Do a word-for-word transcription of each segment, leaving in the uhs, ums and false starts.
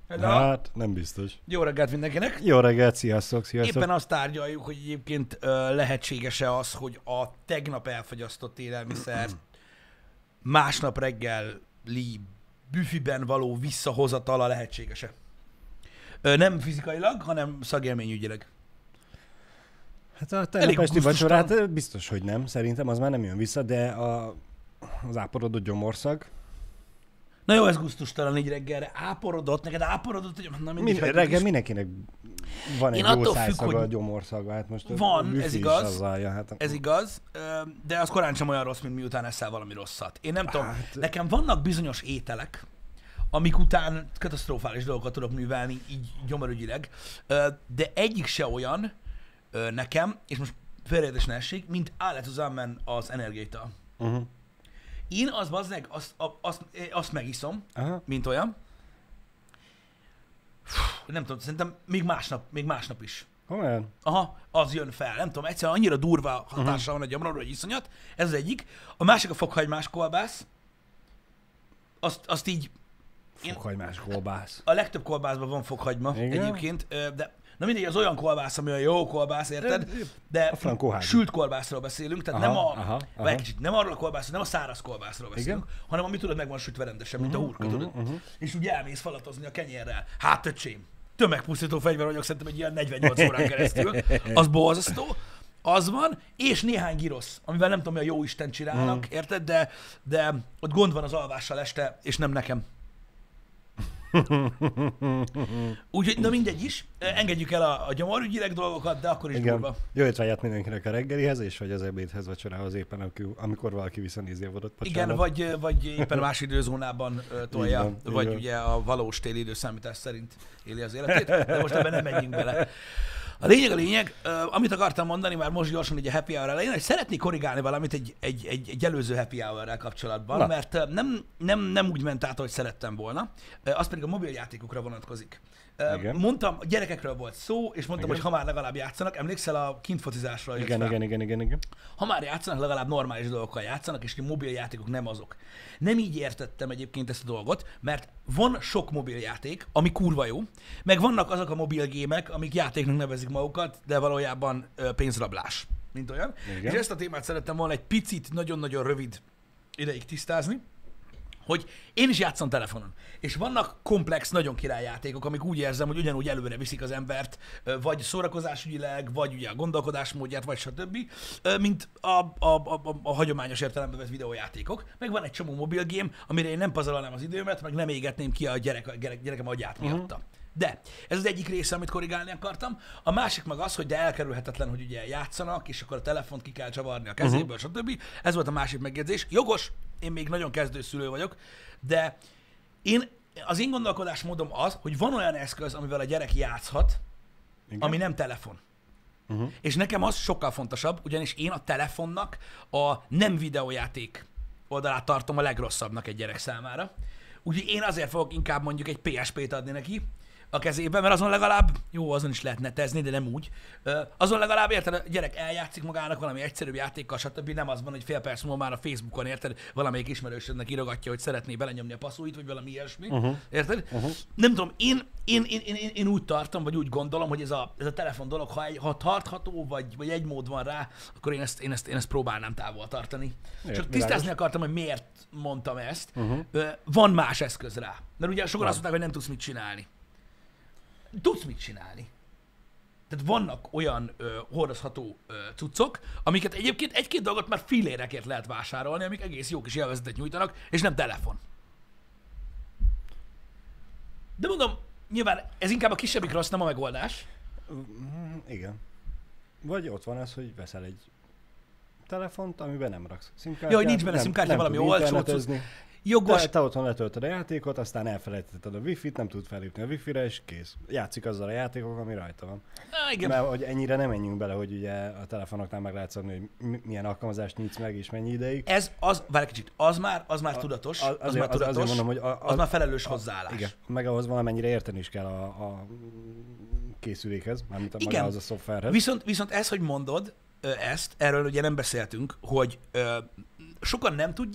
Hello. Hát, nem biztos. Jó reggelt mindenkinek! Jó reggelt, sziasztok, sziasztok. Éppen azt tárgyaljuk, hogy egyébként ö, lehetséges-e az, hogy a tegnap elfogyasztott élelmiszer másnap reggeli büfiben való visszahozatala lehetséges-e? Ö, nem fizikailag, hanem szagélményügyileg. Hát a tegnap esti vacsorát biztos, hogy nem. Szerintem az már nem jön vissza, de a, az áporodott gyomország. Na jó, ez gusztustalan így reggelre. Áporodott, neked áporodott, hogy na mindig. Min- reggel is. Mindenkinek van egy Én jó attól szájszaga függ, a hogy gyomorszaga. Hát most van, ez igaz. Azzalja, hát Ez igaz, ö, de az korán sem olyan rossz, mint miután eszel valami rosszat. Én nem tudom, Hát- nekem vannak bizonyos ételek, amik után katasztrofális dolgokat tudok művelni, így gyomorügyileg, ö, de egyik se olyan ö, nekem, és most félreértés ne essék, mint állatúzámmen az energiaital. Uh-huh. Én az bazdmeg, azt, a- azt, azt megiszom, Aha. mint olyan. Fú, nem tudom, szerintem még másnap, még másnap is. Olyan? Aha, az jön fel. Nem tudom, egyszerűen annyira durva hatással uh-huh. van a gyomrodra, hogy iszonyat. Ez az egyik. A másik a fokhagymás kolbász. Azt, azt így... Én, Fokhagymás kolbász. a legtöbb kolbászban van fokhagyma Igen? egyébként, ö, de na mindegy, az olyan kolbász, ami olyan jó kolbász, érted? De A frankóházi. sült kolbászról beszélünk, tehát Aha, nem a, aha, vagy aha. egy kicsit, nem arról a kolbászról, nem a száraz kolbászról beszélünk, Igen? hanem ami tudod, meg van sütve rendesen, mint a hurka, tudod? uh-huh, uh-huh. És úgy elmész falatozni a kenyérrel. Hát öcsém, tömegpusztító fegyver vagyok szerintem egy ilyen negyvennyolc órán keresztül. Az borzasztó. Az van, és néhány girosz, amivel nem tudom, mi a jó Isten csinálnak, Mhm. érted? De, de ott gond van az alvással este, és nem nekem. Úgyhogy, na mindegy is, engedjük el a, a gyomorügyileg dolgokat, de akkor is Igen. durva. Jó étvágyat mindenkinek a reggelihez, és vagy az ebédhez, vacsorához éppen, aki- amikor valaki visszanézi a vodott pacsárat. Igen, vagy, vagy éppen más időzónában ö, tolja, Így van, így vagy van. ugye a valós téli időszámítás szerint éli az életét, de most ebben nem menjünk bele. A lényeg a lényeg, ö, amit akartam mondani már most gyorsan egy a happy hour elején, hogy szeretnék korrigálni valamit egy, egy, egy, egy előző happy hour-rel kapcsolatban, Na. mert ö, nem, nem, nem úgy ment át, ahogy szerettem volna, Ö, az pedig a mobiljátékokra vonatkozik. Ö, Igen. Mondtam, a gyerekekről volt szó, és mondtam, Igen. hogy ha már legalább játszanak, emlékszel a kintfocizásról? jött Igen, fel? igen, igen, igen, igen. Ha már játszanak, legalább normális dolgokkal játszanak, és a mobiljátékok nem azok. Nem így értettem egyébként ezt a dolgot, mert van sok mobiljáték, ami kurva jó, meg vannak azok a mobilgémek, amik játéknak nevezik magukat, de valójában ö, pénzrablás, mint olyan. Igen. És ezt a témát szerettem volna egy picit, nagyon-nagyon rövid ideig tisztázni, hogy én is játszom telefonon, és vannak komplex, nagyon király játékok, amik úgy érzem, hogy ugyanúgy előre viszik az embert, ö, vagy szórakozásügyileg, vagy ugye a gondolkodásmódját, vagy stb., ö, mint a, a, a, a, a hagyományos értelemben vett videójátékok. Meg van egy csomó mobilgém, amire én nem pazarolnám az időmet, meg nem égetném ki a gyerek, a gyerek, gyerekem agyát miatta. De ez az egyik része, amit korrigálni akartam. A másik meg az, hogy de elkerülhetetlen, hogy ugye játszanak, és akkor a telefont ki kell csavarni a kezéből, uh-huh. stb. Ez volt a másik megjegyzés. Jogos, én még nagyon kezdőszülő vagyok, de én, az én gondolkodásmódom az, hogy van olyan eszköz, amivel a gyerek játszhat, Igen? ami nem telefon. Uh-huh. És nekem az sokkal fontosabb, ugyanis én a telefonnak a nem videójáték oldalát tartom a legrosszabbnak egy gyerek számára. Úgyhogy én azért fogok inkább mondjuk egy pé es pét adni neki a kezébe, mert azon legalább, jó, azon is lehet netezni, de nem úgy. Ö, azon legalább, érted, a gyerek eljátszik magának valami egyszerűbb játékkal, stb. Nem az van, hogy fél perc múlva már a Facebookon, érted, valamelyik ismerősödnek írogatja, hogy szeretné belenyomni a passzúit, vagy valami ilyesmi. Uh-huh. Érted? Uh-huh. Nem tudom, én, én, én, én, én, én úgy tartom, vagy úgy gondolom, hogy ez a, ez a telefon dolog, ha, egy, ha tartható, vagy, vagy egy mód van rá, akkor én ezt, én ezt, én ezt próbálnám távol tartani. Ért, Csak világos. tisztázni akartam, hogy miért mondtam ezt. Uh-huh. Ö, Van más eszköz rá. Mert ugye sokan Van. azt mondták, hogy nem tudsz mit csinálni. Tudsz mit csinálni. Tehát vannak olyan ö, hordozható ö, cuccok, amiket egyébként egy-két dolgot már fillérekért lehet vásárolni, amik egész jó kis élvezetet nyújtanak, és nem telefon. De mondom, nyilván ez inkább a kisebbik rossz, nem a megoldás. Mm, igen. Vagy ott van az, hogy veszel egy telefont, amiben nem raksz szimkártyát. Ja, hogy nincs benne nem- szimkártya, nem valami tud olcsó internetezni. Jogos. Te, te otthon letöltöd a játékot, aztán elfelejtetted a wifi-t, nem tud felépni a wifi-re, és kész. Játszik azzal a játékok, ami rajta van. Á, igen. Mert hogy ennyire nem menjünk bele, hogy ugye a telefonoknál meg lehet szabni, hogy mi- milyen alkalmazást nyitsz meg, és mennyi ideig. Ez, az, várj egy kicsit, az már, az már A- tudatos, az- az, azért- már az- tudatos, azért mondom, hogy a- az, az- már felelős hozzáállás. Igen, meg ahhoz valamennyire érteni is kell a, a készülékhez, mármint a Igen. magához a szoftverhez. Viszont, viszont ez, hogy mondod ö, ezt, erről ugye nem beszéltünk, hogy ö, sokan nem tudják,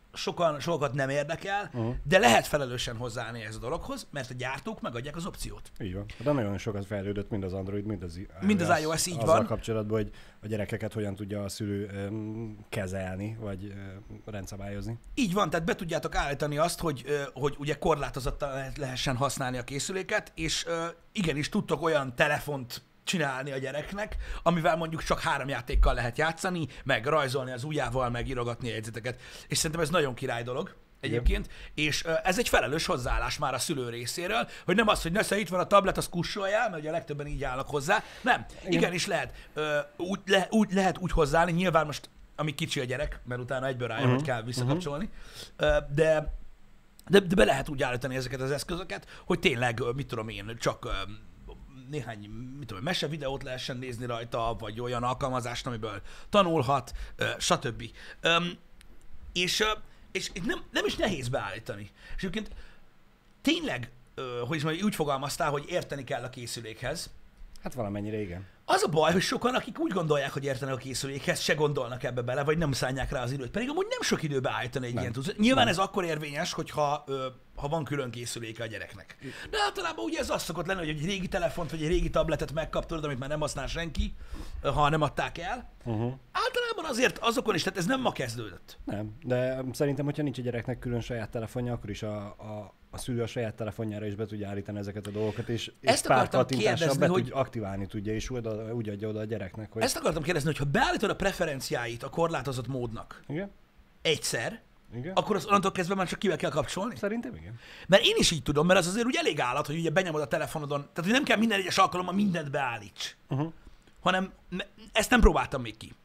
sokan, sokat nem érdekel, uh-huh. de lehet felelősen hozzáállni ez a dologhoz, mert a gyártók megadják az opciót. Így van. De nagyon sokat fejlődött mind az Android, mind az, mind az iOS, így azzal van. kapcsolatban, hogy a gyerekeket hogyan tudja a szülő um, kezelni, vagy um, rendszabályozni. Így van, tehát be tudjátok állítani azt, hogy, uh, hogy ugye korlátozottan lehessen használni a készüléket, és uh, igenis tudtok olyan telefont csinálni a gyereknek, amivel mondjuk csak három játékkal lehet játszani, meg rajzolni az ujjával, meg írogatni a jegyzeteket. És szerintem ez nagyon király dolog egyébként, igen. És uh, ez egy felelős hozzáállás már a szülő részéről, hogy nem az, hogy nesze itt van a tablet, az kussoljál, mert ugye a legtöbben így állnak hozzá. Nem, igen. Igenis lehet, uh, úgy, le, úgy lehet úgy hozzáállni, nyilván most, ami kicsi a gyerek, mert utána egyből rájön, uh-huh. hogy kell visszakapcsolni, uh, de, de, de be lehet úgy állítani ezeket az eszközöket, hogy tényleg, mit tudom én, csak uh, néhány, mit tudom, mese videót lehessen nézni rajta, vagy olyan alkalmazást, amiből tanulhat, uh, stb. Um, és, uh, és nem, nem is nehéz beállítani. És egyébként tényleg, uh, hogy is mondjam, úgy fogalmaztál, hogy érteni kell a készülékhez. Hát valamennyire igen. Az a baj, hogy sokan, akik úgy gondolják, hogy értenek a készülékhez, se gondolnak ebbe bele, vagy nem szállják rá az időt. Pedig amúgy nem sok időbe állítani egy nem. ilyen tudsz. Nyilván nem. Ez akkor érvényes, hogyha ö, ha van külön készüléke a gyereknek. De általában ugye ez az szokott lenni, hogy egy régi telefont, vagy egy régi tabletet megkaptad, amit már nem használ senki, ha nem adták el. Uh-huh. Általában azért azokon is, tehát ez nem ma kezdődött. Nem, de szerintem, hogyha nincs a gyereknek külön saját telefonja, akkor is a, a, a szülő a saját telefonjára is be tudja állítani ezeket a dolgokat, és, és pár kattintással be hogy... tud, aktiválni tudja, és úgy, úgy adja oda a gyereknek. Hogy... Ezt akartam kérdezni, hogy ha beállítod a preferenciáit a korlátozott módnak igen? egyszer, igen? Akkor az onnantól kezdve már csak kivel kell kapcsolni? Szerintem igen. Mert én is így tudom, mert az azért úgy elég állat, hogy ugye benyomod a telefonodon, tehát hogy nem kell minden egyes alkalommal mindent beállíts, uh-huh. hanem ezt nem próbáltam még ki.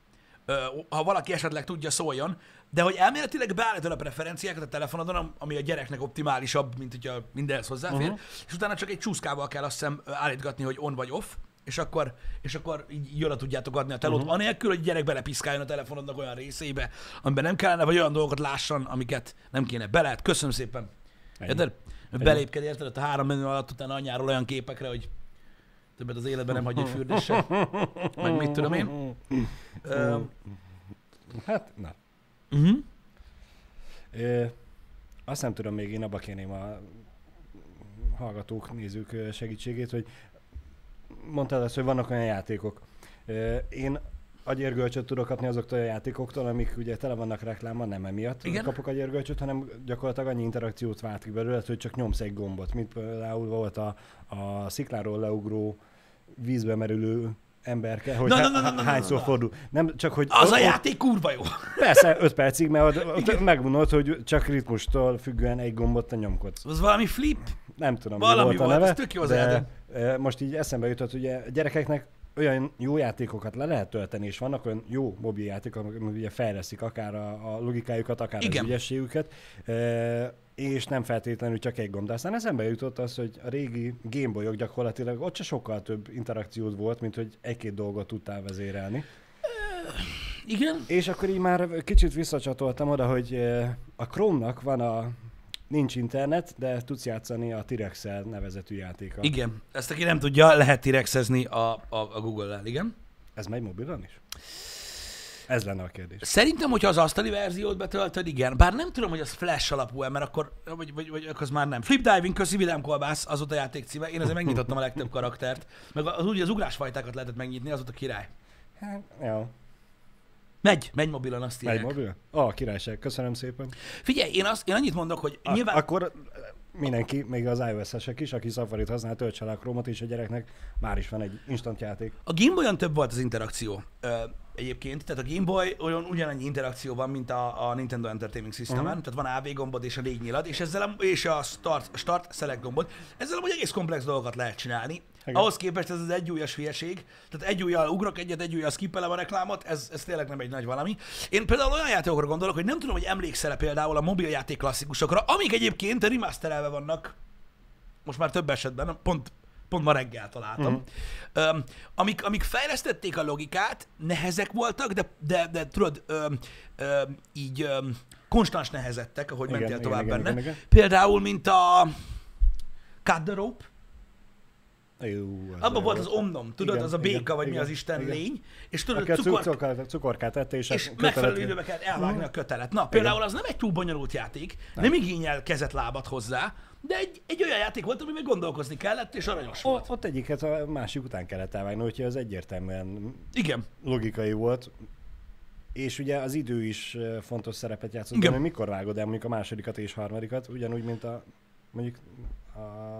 Ha valaki esetleg tudja, szóljon, de hogy elméletileg beállítod a preferenciákat a telefonodon, ami a gyereknek optimálisabb, mint hogyha mindenhez hozzáfér, uh-huh. és utána csak egy csúszkával kell azt hiszem állítgatni, hogy on vagy off, és akkor, és akkor így jól tudjátok adni a telót, uh-huh. anélkül, hogy a gyerek belepiszkáljon a telefonodnak olyan részébe, amiben nem kellene, vagy olyan dolgokat lásson, amiket nem kéne. Be lehet. Köszönöm szépen. Érted? Belépked, érted? Ott a három menü alatt utána anyjáról olyan képekre, hogy többet az életben nem hagyja, hogy fürdesse. Meg mit tudom én. Hát, na. Uh-huh. Ö, azt nem tudom, még én abba kérném a hallgatók, nézők segítségét, hogy mondtad azt, hogy vannak olyan játékok. Ö, én agyérgölcsöt tudok kapni azoktól a játékoktól, amik ugye tele vannak reklámban, nem emiatt igen? kapok agyérgölcsöt, hanem gyakorlatilag annyi interakciót vált ki belőle, hogy csak nyomsz egy gombot, mint például volt a, a szikláról leugró, vízbe merülő emberke, hogy no, no, no, no, hányszor no, no. fordul. Nem, csak, hogy az ott, a játék kurva jó. Persze, öt percig, mert ott, ott megmondod, hogy csak ritmustól függően egy gombot te nyomkodsz. Az valami flip? Nem tudom, valami mi volt, volt a neve, ez tök jó az de játék. most így eszembe jutott, hogy a gyerekeknek olyan jó játékokat le lehet tölteni, és vannak olyan jó mobiljátékok, amik ugye fejleszik akár a, a logikájukat, akár igen. az ügyességüket, e, és nem feltétlenül csak egy gomb. De aztán eszembe jutott az, hogy a régi Gameboyok gyakorlatilag ott se sokkal több interakciód volt, mint hogy egy-két dolgot tudtál vezérelni. Igen. És akkor így már kicsit visszacsatoltam oda, hogy a Chrome-nak van a nincs internet, de tudsz játszani a T-Rex-el nevezetű játéka. Igen. Ezt aki nem tudja, lehet T-Rexezni a, a, a Google-lel, igen. Ez megy mobilon is? Ez lenne a kérdés. Szerintem, hogyha az asztali verziót betöltöd, igen. Bár nem tudom, hogy az flash alapú, mert akkor, vagy, vagy, vagy az már nem. Flip Diving, köszi Vidám Kolbász, az volt a játék címe. Én azért megnyitottam a legtöbb karaktert. Meg az, úgy az ugrásfajtákat lehetett megnyitni, az volt a király. Hát, jó. Megy, megy mobilon, azt írják. Megy mobilon? Ó, királyság, köszönöm szépen. Figyelj, én, azt, én annyit mondok, hogy a, nyilván... Akkor mindenki, még az iOS-esek is, aki Safarit használ, töltse le a Chrome-ot, és a gyereknek már is van egy instant játék. A Game Boy-on több volt az interakció ö, egyébként, tehát a Game Boy olyan ugyanannyi interakció van, mint a, a Nintendo Entertainment System-en, uh-huh. tehát van á vé gombod és a négy nyilad, és, ezzel a, és a start, start select gombod. Ezzel amúgy egész komplex dolgokat lehet csinálni. Igen. Ahhoz képest ez az egyújas hülyeség, tehát egy ujjal ugrok egyet, egy ujjal skippelem a reklámot, ez, ez tényleg nem egy nagy valami. Én például olyan játékokra gondolok, hogy nem tudom, hogy emlékszel például a mobiljáték klasszikusokra, amik egyébként remasterelve vannak, most már több esetben, pont, pont ma reggel találtam, uh-huh. um, amik, amik fejlesztették a logikát, nehezek voltak, de, de, de tudod, um, um, így um, konstans nehezettek, ahogy igen, mentél igen, tovább igen, benne. Igen, igen. Például, mint a Cut the Rope, Jú, az Abban jó volt az omnom, tudod, Igen, az a béka, igen, vagy mi igen, az Isten igen. lény, és tudod, Aki a cukor, cukorkát, cukorkát tette, és, és a megfelelő kötelet- időben kell elvágni a kötelet. Na, például az nem egy túl bonyolult játék, nem, nem igényel kezet-lábat hozzá, de egy, egy olyan játék volt, amiben gondolkozni kellett, és aranyos volt. O, ott egyiket a másik után kellett elvágni, úgyhogy az egyértelműen Igen. logikai volt. És ugye az idő is eh, fontos szerepet játszott, Igen. hogy mikor vágod el mondjuk a másodikat és harmadikat, ugyanúgy, mint a mondjuk a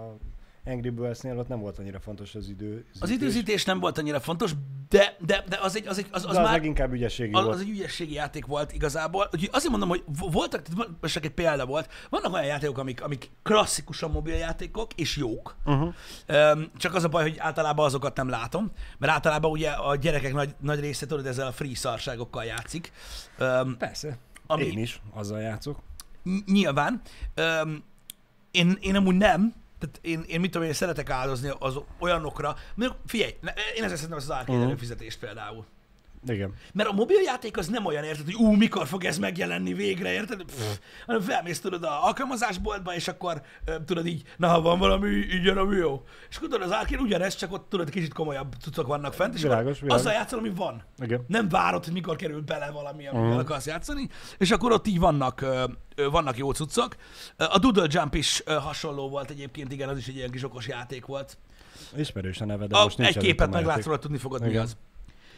Angry Birds-nél ott nem volt annyira fontos az idő. Az időzítés nem volt annyira fontos, de, de, de az, egy, az, egy, az, az, de az már... leginkább ügyességi Az, volt. az egy ügyességi játék volt igazából. Úgyhogy azért mondom, hogy vo- voltak, tehát most csak egy példa volt, vannak olyan játékok, amik, amik klasszikusan mobiljátékok, és jók. Uh-huh. Öm, csak az a baj, hogy általában azokat nem látom, mert általában ugye a gyerekek nagy, nagy része, tudod, ezzel a free szarságokkal játszik. Öm, Persze. ami- Én is azzal játszok. ny- nyilván. Öm, én, én amúgy nem, tehát én, én mit tudom, én szeretek áldozni az olyanokra. Mondjuk, figyelj, ne- én ezzel szeretem ezt az arcade Mhm. előfizetést például. Igen. Mert a mobiljáték az nem olyan, érted, hogy ú, mikor fog ez megjelenni végre, érted? Pff, hanem felmész, tudod, a alkalmazásboltba, és akkor ö, tudod így, na, ha van valami, így jön, ami jó. És akkor tudod, az arcade ugyanez, csak ott tudod, kicsit komolyabb cuccok vannak fent, és Világos, akkor világos. azzal játszol, ami van. Igen. Nem várod, hogy mikor kerül bele valami, amivel Mhm. akarsz játszani, és akkor ott így vannak, ö, ö, vannak jó cuccok. Ö, A Doodle Jump is ö, hasonló volt egyébként, igen, az is egy ilyen kis okos játék volt. Ismerős a neve, de A, most nincs egy előttem képet a meglátsz játék. róla, tudni fogod, mi Igen. az.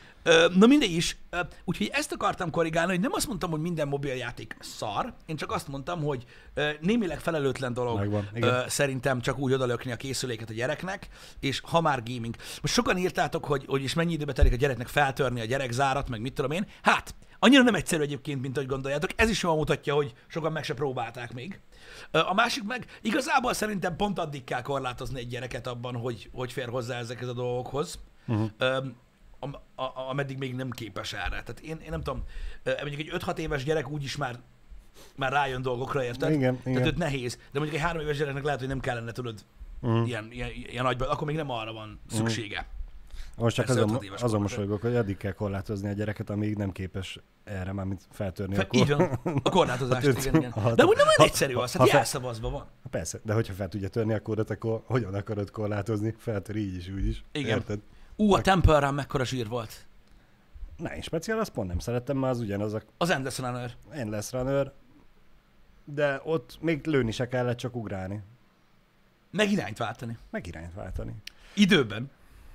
Ö, Na mindegy is, Ö, úgyhogy ezt akartam korrigálni, hogy nem azt mondtam, hogy minden mobiljáték szar, én csak azt mondtam, hogy ö, némileg felelőtlen dolog Megvan, igen. ö, szerintem csak úgy odalökni a készüléket a gyereknek, és ha már gaming. Most sokan írtátok, hogy, hogy is mennyi időbe telik a gyereknek feltörni a gyerekzárat, meg mit tudom én. Hát, annyira nem egyszerű egyébként, mint ahogy gondoljátok. Ez is jól mutatja, hogy sokan meg se próbálták még. Ö, A másik meg, igazából szerintem pont addig kell korlátozni egy gyereket abban, hogy, hogy fér hozzá ezekhez a dolgokhoz. Uh-huh. Öm, am, a, a, ameddig még nem képes erre. Tehát én, én nem tudom, ö, mondjuk egy öt-hat éves gyerek úgyis már, már rájön dolgokra, érted? Igen, Tehát igen. őt nehéz. De mondjuk egy három éves gyereknek lehet, hogy nem kellene, tudod, Uh-huh. ilyen, ilyen, ilyen nagyban, akkor még nem arra van szüksége. Most csak Persze azon, öt-hat éves azon korban. mosolygok, hogy addig kell korlátozni a gyereket, amíg nem képes erre már mint feltörni. Fe, akkor... így van, a korlátozást, Hát, igen, igen. ha- De úgy nem ha- olyan egyszerű az, ha hát fe- jelszavazva van. Persze, de hogyha fel tudja törni a kódot, akkor hogyan akarod korlátozni? Feltör így is, úgy is. Igen. Érted? Ú, a Temple Run mekkora zsír volt. Na, én speciál azt pont nem szerettem, mert az ugyanaz a Az Endless Runner. Endless Runner, de ott még lőni se kellett, csak ugrálni. Meg irányt váltani. Meg irányt váltani. Időben.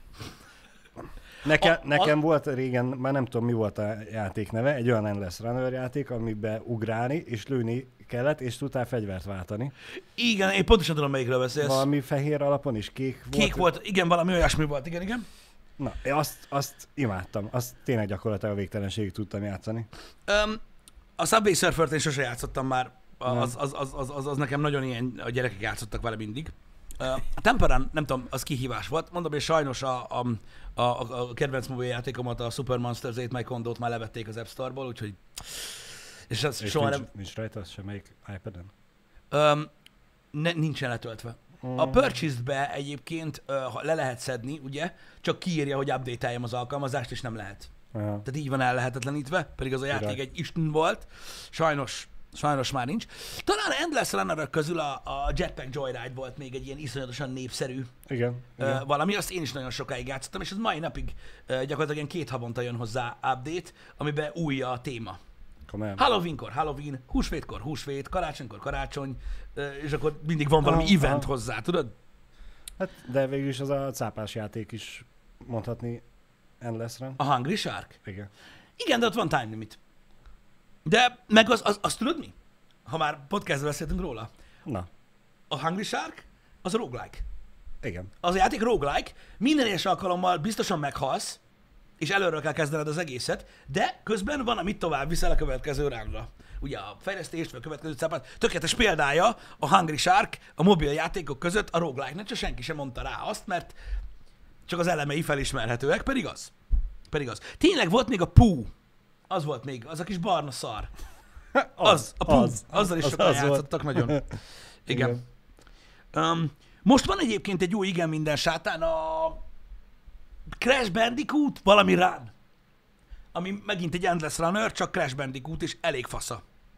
Nekem, A- a- nekem volt régen, már nem tudom mi volt a játék neve, egy olyan Endless Runner játék, amiben ugrálni és lőni kellett, és tudtál fegyvert váltani. Igen, én pontosan tudom, melyikről beszélsz. Valami fehér alapon is kék volt. Kék volt, igen, valami olyasmi volt, igen, igen. Na, én azt, azt imádtam. Azt tényleg gyakorlatilag a végtelenségig tudtam játszani. Um, a Subway Surfert én sose játszottam már, Nem. az, az, az, az, az, az nekem nagyon ilyen, a gyerekek játszottak vele mindig. Uh, a Temple Run, nem tudom, az kihívás volt. Mondom, és sajnos a, a, a, a kedvenc mobiljátékomat, a Super Monsters Ate My Condót már levették az App Store-ból, úgyhogy... És ez És soha nincs, nem... nincs rajta az semmelyik iPad-en? Um, ne, nincsen letöltve. Mm. A Purchased-be egyébként uh, ha le lehet szedni, ugye, csak kiírja, hogy update-eljem az alkalmazást, és nem lehet. Aha. Tehát így van ellehetetlenítve, pedig az a játék Király. egy isten volt. Sajnos, sajnos már nincs. Talán Endless Runner közül a, a Jetpack Joyride volt még egy ilyen iszonyatosan népszerű Igen. ö, igen. valami, azt én is nagyon sokáig játszottam, és az mai napig ö, gyakorlatilag ilyen két havonta jön hozzá update, amiben új a téma. Komolyan. Halloweenkor Halloween, húsvétkor húsvét, karácsonykor karácsony, ö, és akkor mindig van valami Aha, event aha. hozzá, tudod? Hát, de végül is az a cápás játék is mondhatni Endless Run. A Hungry Shark. Igen. Igen, de ott van time limit. De meg az, az, azt tudod mi? Ha már podcastban beszéltünk róla. Na, A Hungry Shark az roguelike. igen. Az a játék roguelike, minden egyes alkalommal biztosan meghalsz, és előről kell kezdened az egészet, de közben van, amit tovább viszel a következő roundra. Ugye a fejlesztést, vagy a következő cápát. Tökéletes példája a Hungry Shark a mobil játékok között a roguelike-nek, csak senki sem mondta rá azt, mert csak az elemei felismerhetőek, pedig az. Pedig az. Tényleg volt még a Pooh. Az volt még, az a kis barna szar. Az, a Pooh. az, Azzal is az, sokan az volt. játszottak nagyon. Igen. Um, most van egyébként egy jó igen minden sátán, a Crash Bandicoot, valami run. Ami megint egy Endless Runner, csak Crash Bandicoot, és elég fasza.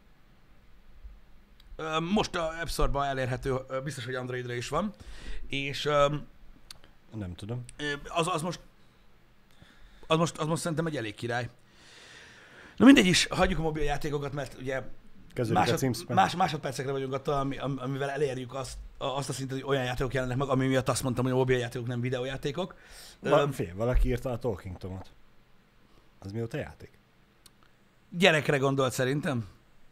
Um, most a App Store-ban elérhető, ö, biztos, hogy Androidra is van, és um, Nem tudom. Ö, Az, az most az most, az most szerintem egy elég király. Na mindegy is, hagyjuk a mobil játékokat, mert ugye Kezdődik a másod, címszpam. más, másodpercekre vagyunk attól, ami, am- amivel elérjük azt, azt a szintet, hogy olyan játékok jelennek meg, ami miatt azt mondtam, hogy a mobil játékok nem videójátékok. Ö, Va, fél, valaki írta a Talking Tomot. Az mióta játék? Gyerekre gondolt szerintem.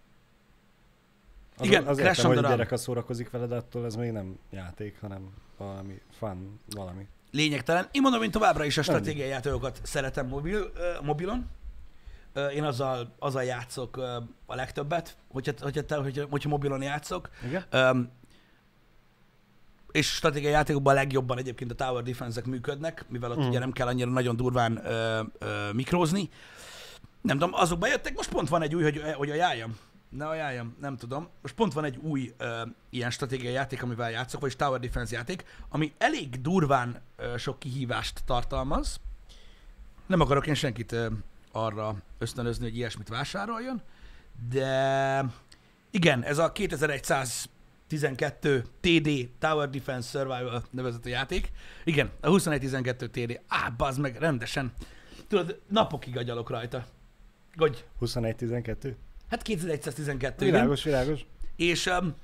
Az, Igen, az Crash értem, on hogy the Run. gyerek az szórakozik veled, attól ez még nem játék, hanem valami fun, valami. Lényegtelen. Én mondom, én továbbra is a Nem. stratégiai játékokat szeretem mobil, ö, mobilon. Ö, Én azzal, azzal játszok ö, a legtöbbet, hogyha, hogyha, te- hogyha, hogyha mobilon játszok. Igen? Öm, és stratégiai játékokban a legjobban egyébként a Tower Defense-ek működnek, mivel ott Mm. ugye nem kell annyira nagyon durván ö, ö, mikrózni. Nem tudom, azok bejöttek, most pont van egy új, hogy, hogy ajánljam. Ne ajánljam, nem tudom. Most pont van egy új ö, ilyen stratégiai játék, amivel játszok, vagyis Tower Defense játék, ami elég durván ö, sok kihívást tartalmaz. Nem akarok én senkit ö, arra ösztönözni, hogy ilyesmit vásároljon, de igen, ez a kétezer-egyszáztizenkettő té dé Tower Defense Survival nevezetű játék. Igen, a huszonegy tizenkettő té dé. Á, bazd meg, rendesen. Tudod, napokig agyalok rajta. Hogy, huszonegy tizenkettő? hát kétezer-egyszáztizenkettő, igen. Világos, világos. És um,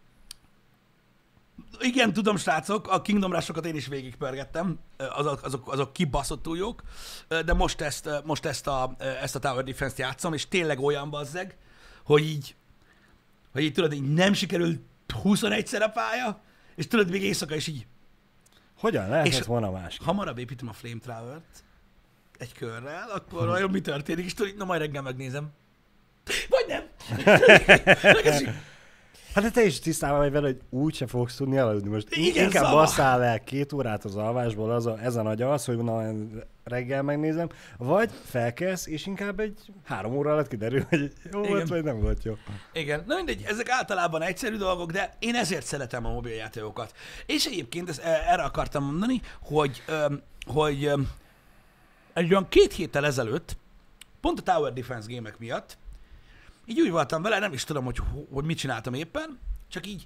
igen, tudom, srácok, a Kingdom Rush-okat én is végigpörgettem, azok, azok, azok kibaszottul jók, de most ezt, most ezt a, ezt a Tower Defense-t játszom, és tényleg olyan bazzeg, hogy így, hogy így tudod, így nem sikerült huszonegyszer a pálya, és tudod, még éjszaka is így Hogyan lehetett És- volna másik? hamarabb építem a Flame Tower-t egy körrel, akkor vajon mi történik, és tudod, na majd reggel megnézem. Vagy nem. Megesik. Hát de te is tisztában vagy vele, hogy úgyse fogsz tudni elaludni. Most Igen, inkább szóval. basszál el két órát az alvásból, az a, ez a nagy alsz, hogy na, reggel megnézem, vagy felkelsz, és inkább egy három óra alatt kiderül, hogy jó Igen. volt, vagy nem volt jó. Igen, na mindegy, ezek általában egyszerű dolgok, de én ezért szeretem a mobiljátékokat. És egyébként ezt, e- erre akartam mondani, hogy, öm, hogy öm, egy olyan két héttel ezelőtt, pont a Tower Defense gémek miatt, így úgy voltam vele, nem is tudom, hogy, hogy mit csináltam éppen, csak így,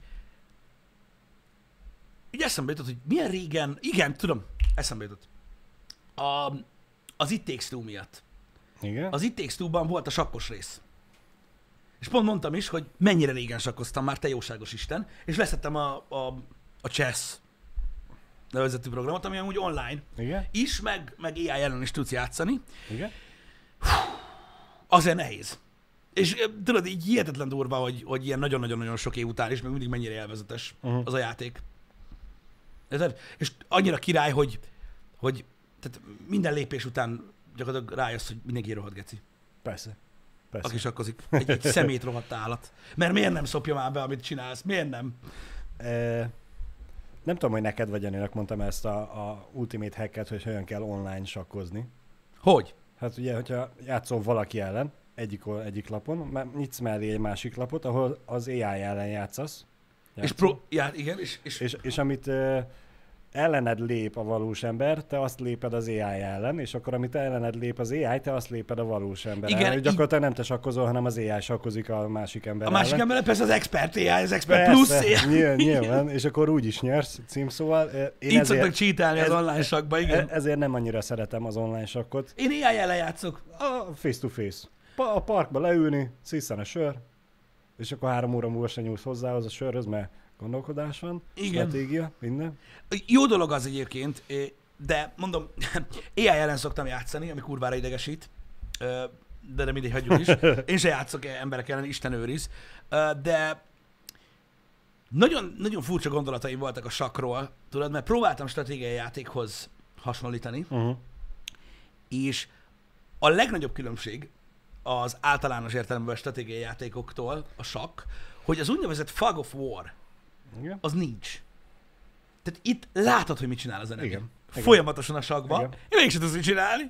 így eszembe jutott, hogy milyen régen, igen, tudom, eszembe jutott. A, az It Takes Two miatt. Igen? Az It Takes Two-ban volt a sakkos rész. És pont mondtam is, hogy mennyire régen sakkoztam már, te jóságos Isten, és leszettem a, a, a Chess nevezetű programot, ami amúgy online Igen? is, meg, meg á i ellen is tudsz játszani. Igen? Azért nehéz. És eh, tudod, így hihetetlen durva, hogy, hogy ilyen nagyon-nagyon-nagyon sok év után is, meg mindig mennyire élvezetes Uh-huh. az a játék. Érted? És annyira király, hogy, hogy tehát minden lépés után gyakorlatilag rájössz, hogy mindenki rohadt geci, Persze. Persze. aki sakkozik. Egy, egy szemét rohadt állat. Mert miért nem szopja már be, amit csinálsz? Miért nem? E, nem tudom, hogy neked vagy Janinak mondtam ezt a, a Ultimate hacket, hogy hogyan kell online sakkozni. Hogy? Hát ugye, hogyha játszol valaki ellen, egyik, ol- egyik lapon, már nyitsz mellé egy másik lapot, ahol az á i ellen játszasz. És Játszol. pro... Ja, igen, és... és... És, és amit uh, ellened lép a valós ember, te azt léped az á i ellen, és akkor amit ellened lép az á i, te azt léped a valós ember Igen, ellen. így- Gyakorlatilag nem te sakkozol, hanem az á i sakkozik a másik ember a másik ellen. ember persze az expert á i, az expert plusz á i. nyilván, nyilván, és akkor úgy is nyersz címszóval. Uh, Én Így szoktak ezért, cheatelni az ez- online sakba, igen. e- ezért nem annyira szeretem az online sakkot. Én á i ellen játszok. A face-to-face. Pa- a parkba leülni, sziszen a sör, és akkor három óra múlva se nyúlsz hozzá az a sörhöz, mert gondolkodás van, Igen. stratégia, minden. Jó dolog az egyébként, eh, de mondom, á i ellen szoktam játszani, ami kurvára idegesít, eh, de nem mindegy, hagyjuk is. Én se játszok emberek ellen, Isten őriz, Eh, de nagyon, nagyon furcsa gondolataim voltak a sakról, tudod, mert próbáltam stratégiai játékhoz hasonlítani, Uh-huh. és a legnagyobb különbség az általános értelemben stratégiai játékoktól a sakk, hogy az úgynevezett Fog of War, Igen. az nincs. Tehát itt látod, hogy mit csinál az enemi. Igen. Igen. Folyamatosan a sakba. Igen. Én mégsem tudsz mit csinálni.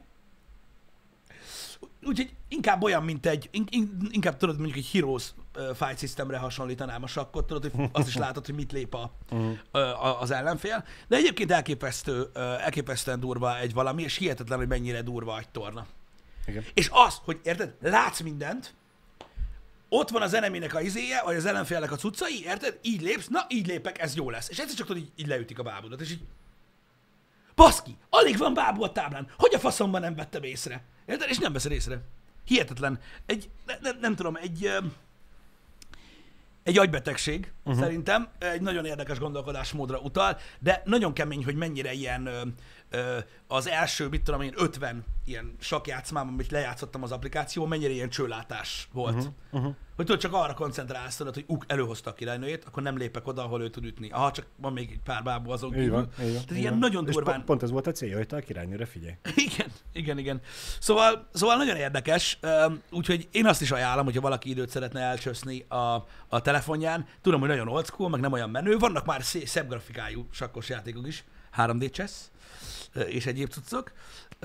Úgyhogy inkább olyan, mint egy, in, in, inkább tudod, mondjuk egy Heroes uh, Fight Systemre hasonlítanám a sakkot, tudod, hogy azt is látod, hogy mit lép a, Uh-huh. a, az ellenfél. De egyébként elképesztő, uh, elképesztően durva egy valami, és hihetetlen, hogy mennyire durva egy torna. Igen. És az, hogy érted, látsz mindent, ott van az eneminek a izéje, vagy az ellenfélnek a cuccai, érted? Így lépsz, na így lépek, ez jó lesz. És egyszer csak tudod, így, így leütik a bábudat, és így... Baszki, alig van bábú a táblán. Hogy a faszomban nem vettem észre? Érted? És nem veszed észre. Hihetetlen. Egy, ne, ne, nem tudom, egy, egy agybetegség uh-huh. szerintem. Egy nagyon érdekes gondolkodásmódra utal, de nagyon kemény, hogy mennyire ilyen ö, ö, az első, mit tudom én, ötven ilyen sakkjátszmám, amit lejátszottam az applikáció, mennyire ilyen csőlátás volt. Uh-huh. Uh-huh. Hogy tudod, csak arra koncentrálsz, tudod, hogy uk, előhozta a királynőjét, akkor nem lépek oda, ahol ő tud ütni. Aha, csak van még egy pár bábú azon kívül. Így van, így van, Tehát ilyen nagyon durván... Pont, pont ez volt a célja, hogy te a királynőre figyelj. Igen, igen, igen. Szóval, szóval nagyon érdekes, úgyhogy én azt is ajánlom, hogyha valaki időt szeretne elcsöszni a, a telefonján. Tudom, hogy nagyon old school, meg nem olyan menő. Vannak már szé- szebb grafikájú sakkos játékok is, három dé chess és egyéb cuccok.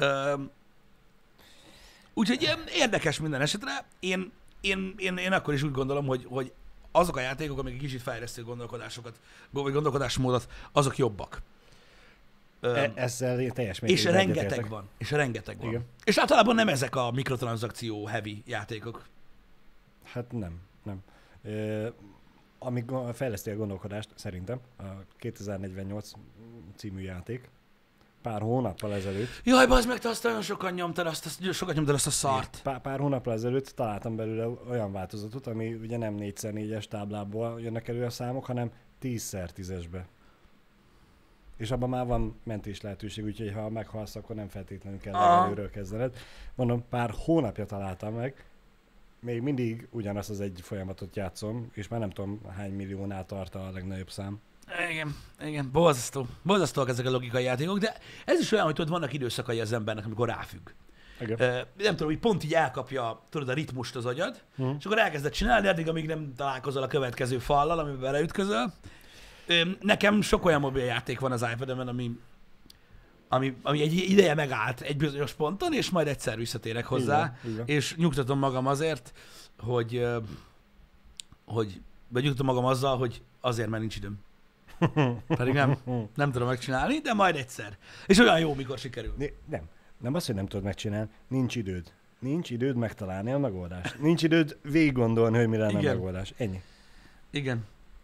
Úgyhogy érdekes minden esetre. Én, én, én, én akkor is úgy gondolom, hogy, hogy azok a játékok, amik egy kicsit fejlesztő gondolkodásokat, vagy gondolkodásmódot, azok jobbak. E- ezzel én teljes És rengeteg van. És rengeteg van. Igen. És általában nem ezek a mikrotranszakció heavy játékok. Hát nem, nem. E, amíg fejleszti a gondolkodást, szerintem, a kétezer-negyvennyolc című játék, pár hónappal ezelőtt. Jaj, bazd meg, te azt nagyon sokan nyomtad, azt, azt, sokat nyomtad azt a szart. Pár, pár hónappal ezelőtt találtam belőle olyan változatot, ami ugye nem négy szer négyes táblából jönnek elő a számok, hanem tíz szer tízesbe. És abban már van mentés lehetőség, úgyhogy ha meghalsz, akkor nem feltétlenül kell ah. előről kezdened. Mondom, pár hónapja találtam meg, még mindig ugyanazt az egy folyamatot játszom, és már nem tudom hány milliónál tart a legnagyobb szám. Igen, igen, borzasztó. Borzasztóak ezek a logikai játékok, de ez is olyan, hogy tudod, vannak időszakai az embernek, amikor ráfügg. Igen. Uh, nem tudom, hogy pont így elkapja, tudod, a ritmust az agyad, uh-huh. és akkor elkezded csinálni, addig, amíg nem találkozol a következő fallal, amiben beleütközöl. Uh, nekem sok olyan mobiljáték van az iPad-en, ami, ami, ami egy ideje megállt egy bizonyos ponton, és majd egyszer visszatérek hozzá, igen, igen. És nyugtatom magam azért, hogy, uh, hogy vagy nyugtatom magam azzal, hogy azért, mert nincs időm. Pedig nem, nem tudom megcsinálni, de majd egyszer. És olyan jó, mikor sikerül. Nem, nem az, hogy nem tudod megcsinálni, nincs időd. Nincs időd megtalálni a megoldást. Nincs időd végig gondolni, hogy mi lenne a megoldás. Ennyi. Igen.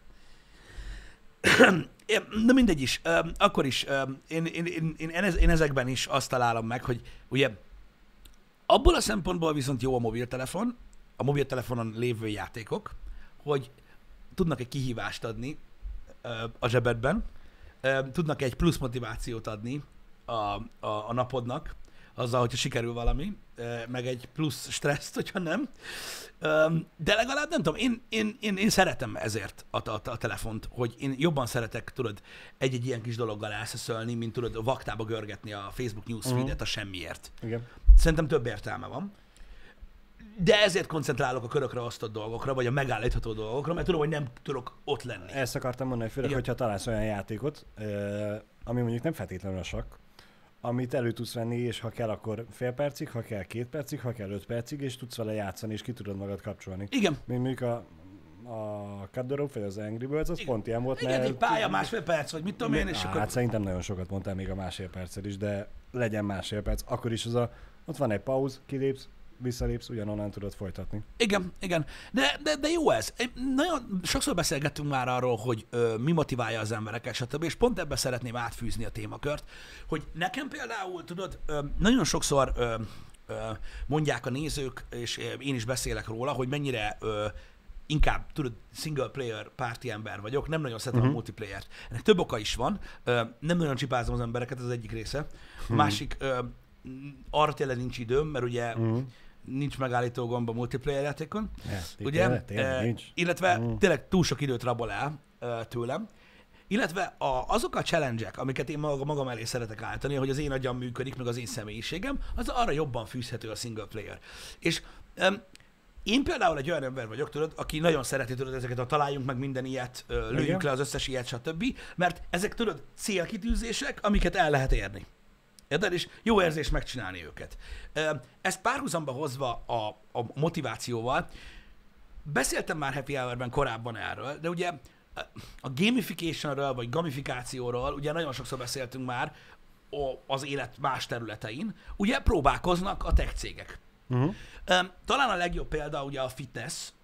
De mindegy is. Akkor is. Én, én, én, én, én ezekben is azt találom meg, hogy ugye abból a szempontból viszont jó a mobiltelefon, a mobiltelefonon lévő játékok, hogy tudnak egy kihívást adni a zsebedben, tudnak egy plusz motivációt adni a, a, a napodnak, azzal, hogyha sikerül valami, meg egy plusz stresszt, hogyha nem. De legalább nem tudom, én, én, én, én szeretem ezért a, a, a telefont, hogy én jobban szeretek, tudod, egy-egy ilyen kis dologgal elszeszölni, mint tudod, vaktába görgetni a Facebook newsfeed-et uh-huh. a semmiért. Igen. Szerintem több értelme van. De ezért koncentrálok a körökre osztott dolgokra, vagy a megállítható dolgokra, mert tudom, hogy nem tudok ott lenni. Ezt akartam mondani, főleg, igen. hogyha találsz olyan játékot, ami mondjuk nem feltétlenül a sakk, amit elő tudsz venni, és ha kell, akkor fél percig, ha kell két percig, ha kell öt percig, és tudsz vele játszani, és ki tudod magad kapcsolni. Igen. Még mondjuk a, a Cut the Rope, vagy az Angry Birds, az igen. pont ilyen volt. Igen, mert... egy pálya, másfél perc, vagy mit tudom én, és Á, akkor... Hát szerintem nagyon sokat mondtál még a másfél perccel is, de legyen másfél perc. Akkor is az a, ott van egy pauz, kilépsz, visszalépsz, ugyanonnan tudod folytatni. Igen, igen. De, de, de jó ez. Nagyon sokszor beszélgettünk már arról, hogy ö, mi motiválja az embereket, stb. És pont ebbe szeretném átfűzni a témakört, hogy nekem például, tudod, ö, nagyon sokszor ö, ö, mondják a nézők, és én is beszélek róla, hogy mennyire ö, inkább, tudod, single player párti ember vagyok, nem nagyon szeretem uh-huh. a multiplayer-t. Ennek több oka is van, ö, nem nagyon csipázom az embereket, ez az egyik része. A uh-huh. másik, ö, arra tényleg nincs időm, mert ugye uh-huh. nincs megállító gomb a multiplayer játékon, ja, ugye? Tényleg, tényleg, uh, nincs. Illetve uh-huh. tényleg túl sok időt rabol el uh, tőlem. Illetve a, azok a challenge-ek, amiket én maga, magam elé szeretek állítani, hogy az én agyam működik, meg az én személyiségem, az arra jobban fűzhető a single player. És um, én például egy olyan ember vagyok, tudod, aki nagyon szereti, tudod, ezeket a találjunk meg minden ilyet, uh, lőjünk igen. le az összes ilyet, stb. Mert ezek, tudod, célkitűzések, amiket el lehet érni. Érted? És jó érzés megcsinálni őket. Ezt párhuzamba hozva a, a motivációval, beszéltem már Happy Hour-ben korábban erről, de ugye a gamificationről, vagy gamifikációról, ugye nagyon sokszor beszéltünk már az élet más területein, ugye próbálkoznak a tech cégek. Uh-huh. Talán a legjobb példa ugye a fitness,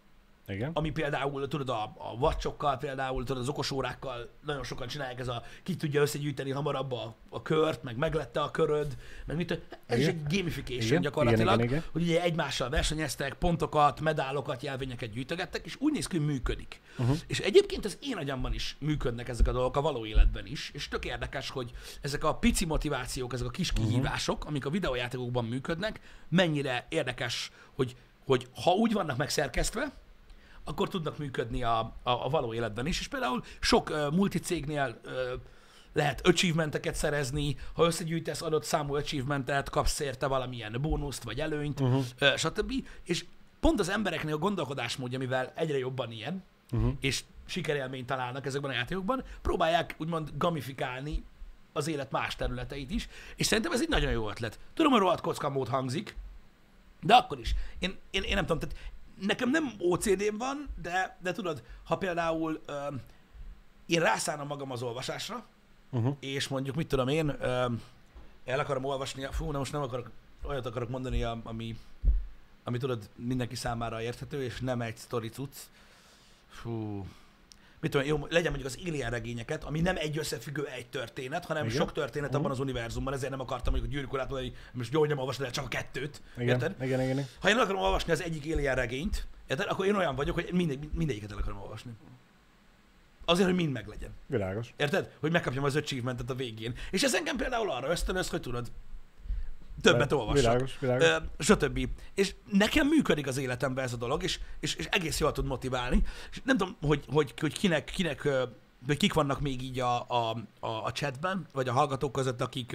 Igen. ami például, tudod, a, a watchokkal, például, tudod, az okosórákkal nagyon sokan csinálják, ez a ki tudja összegyűjteni hamarabb a, a kört, meg meglette a köröd, meg mit, ez Igen. is egy gamification Igen. gyakorlatilag, Igen, igen, igen. hogy ugye egymással versenyeztek, pontokat, medálokat, jelvényeket gyűjtögettek, és úgy néz ki, hogy működik. Uh-huh. És egyébként az én agyamban is működnek ezek a dolgok, a való életben is, és tök érdekes, hogy ezek a pici motivációk, ezek a kis kihívások, uh-huh. amik a videójátékokban működnek, mennyire érdekes, hogy, hogy ha úgy vannak megszerkesztve, akkor tudnak működni a, a, a való életben is. És például sok uh, multicégnél uh, lehet achievementeket szerezni, ha összegyűjtesz adott számú achievementet, kapsz érte valamilyen bónuszt vagy előnyt, uh-huh. uh, stb. És pont az embereknél a gondolkodásmódja, mivel egyre jobban ilyen, uh-huh. és sikerélményt találnak ezekben a játékokban, próbálják úgymond gamifikálni az élet más területeit is, és szerintem ez egy nagyon jó ötlet. Tudom, hogy rohadt kockamód hangzik, de akkor is. Én, én, én nem tudom, tehát nekem nem ó cé dém van, de, de tudod, ha például ö, én rászállom magam az olvasásra, uh-huh. és mondjuk, mit tudom én, ö, el akarom olvasni, fú, na most nem akarok, olyat akarok mondani, ami, ami tudod, mindenki számára érthető, és nem egy sztori cucc. Fú, mit tudom, jó, legyen mondjuk az Alien regényeket, ami nem egy összefüggő egy történet, hanem igen. sok történet uh-huh. abban az univerzumban, ezért nem akartam mondjuk a Gyűrűk urát mondani, hogy most jól nem olvasni, de csak a kettőt. Igen, érted? igen, igen. Ha én el akarom olvasni az egyik Alien regényt, érted? Akkor én olyan vagyok, hogy mindegy, mindegyiket el akarom olvasni. Azért, hogy mind meglegyen. Világos. Érted? Hogy megkapjam az achievementet a végén. És ez engem például arra ösztönöz, hogy tudod, többet olvassak. Világos, világos. Ö, stb. És nekem működik az életemben ez a dolog, és, és, és egész jól tud motiválni. És nem tudom, hogy, hogy, hogy kinek, kinek, vagy kik vannak még így a, a, a, a chatben, vagy a hallgatók között, akik,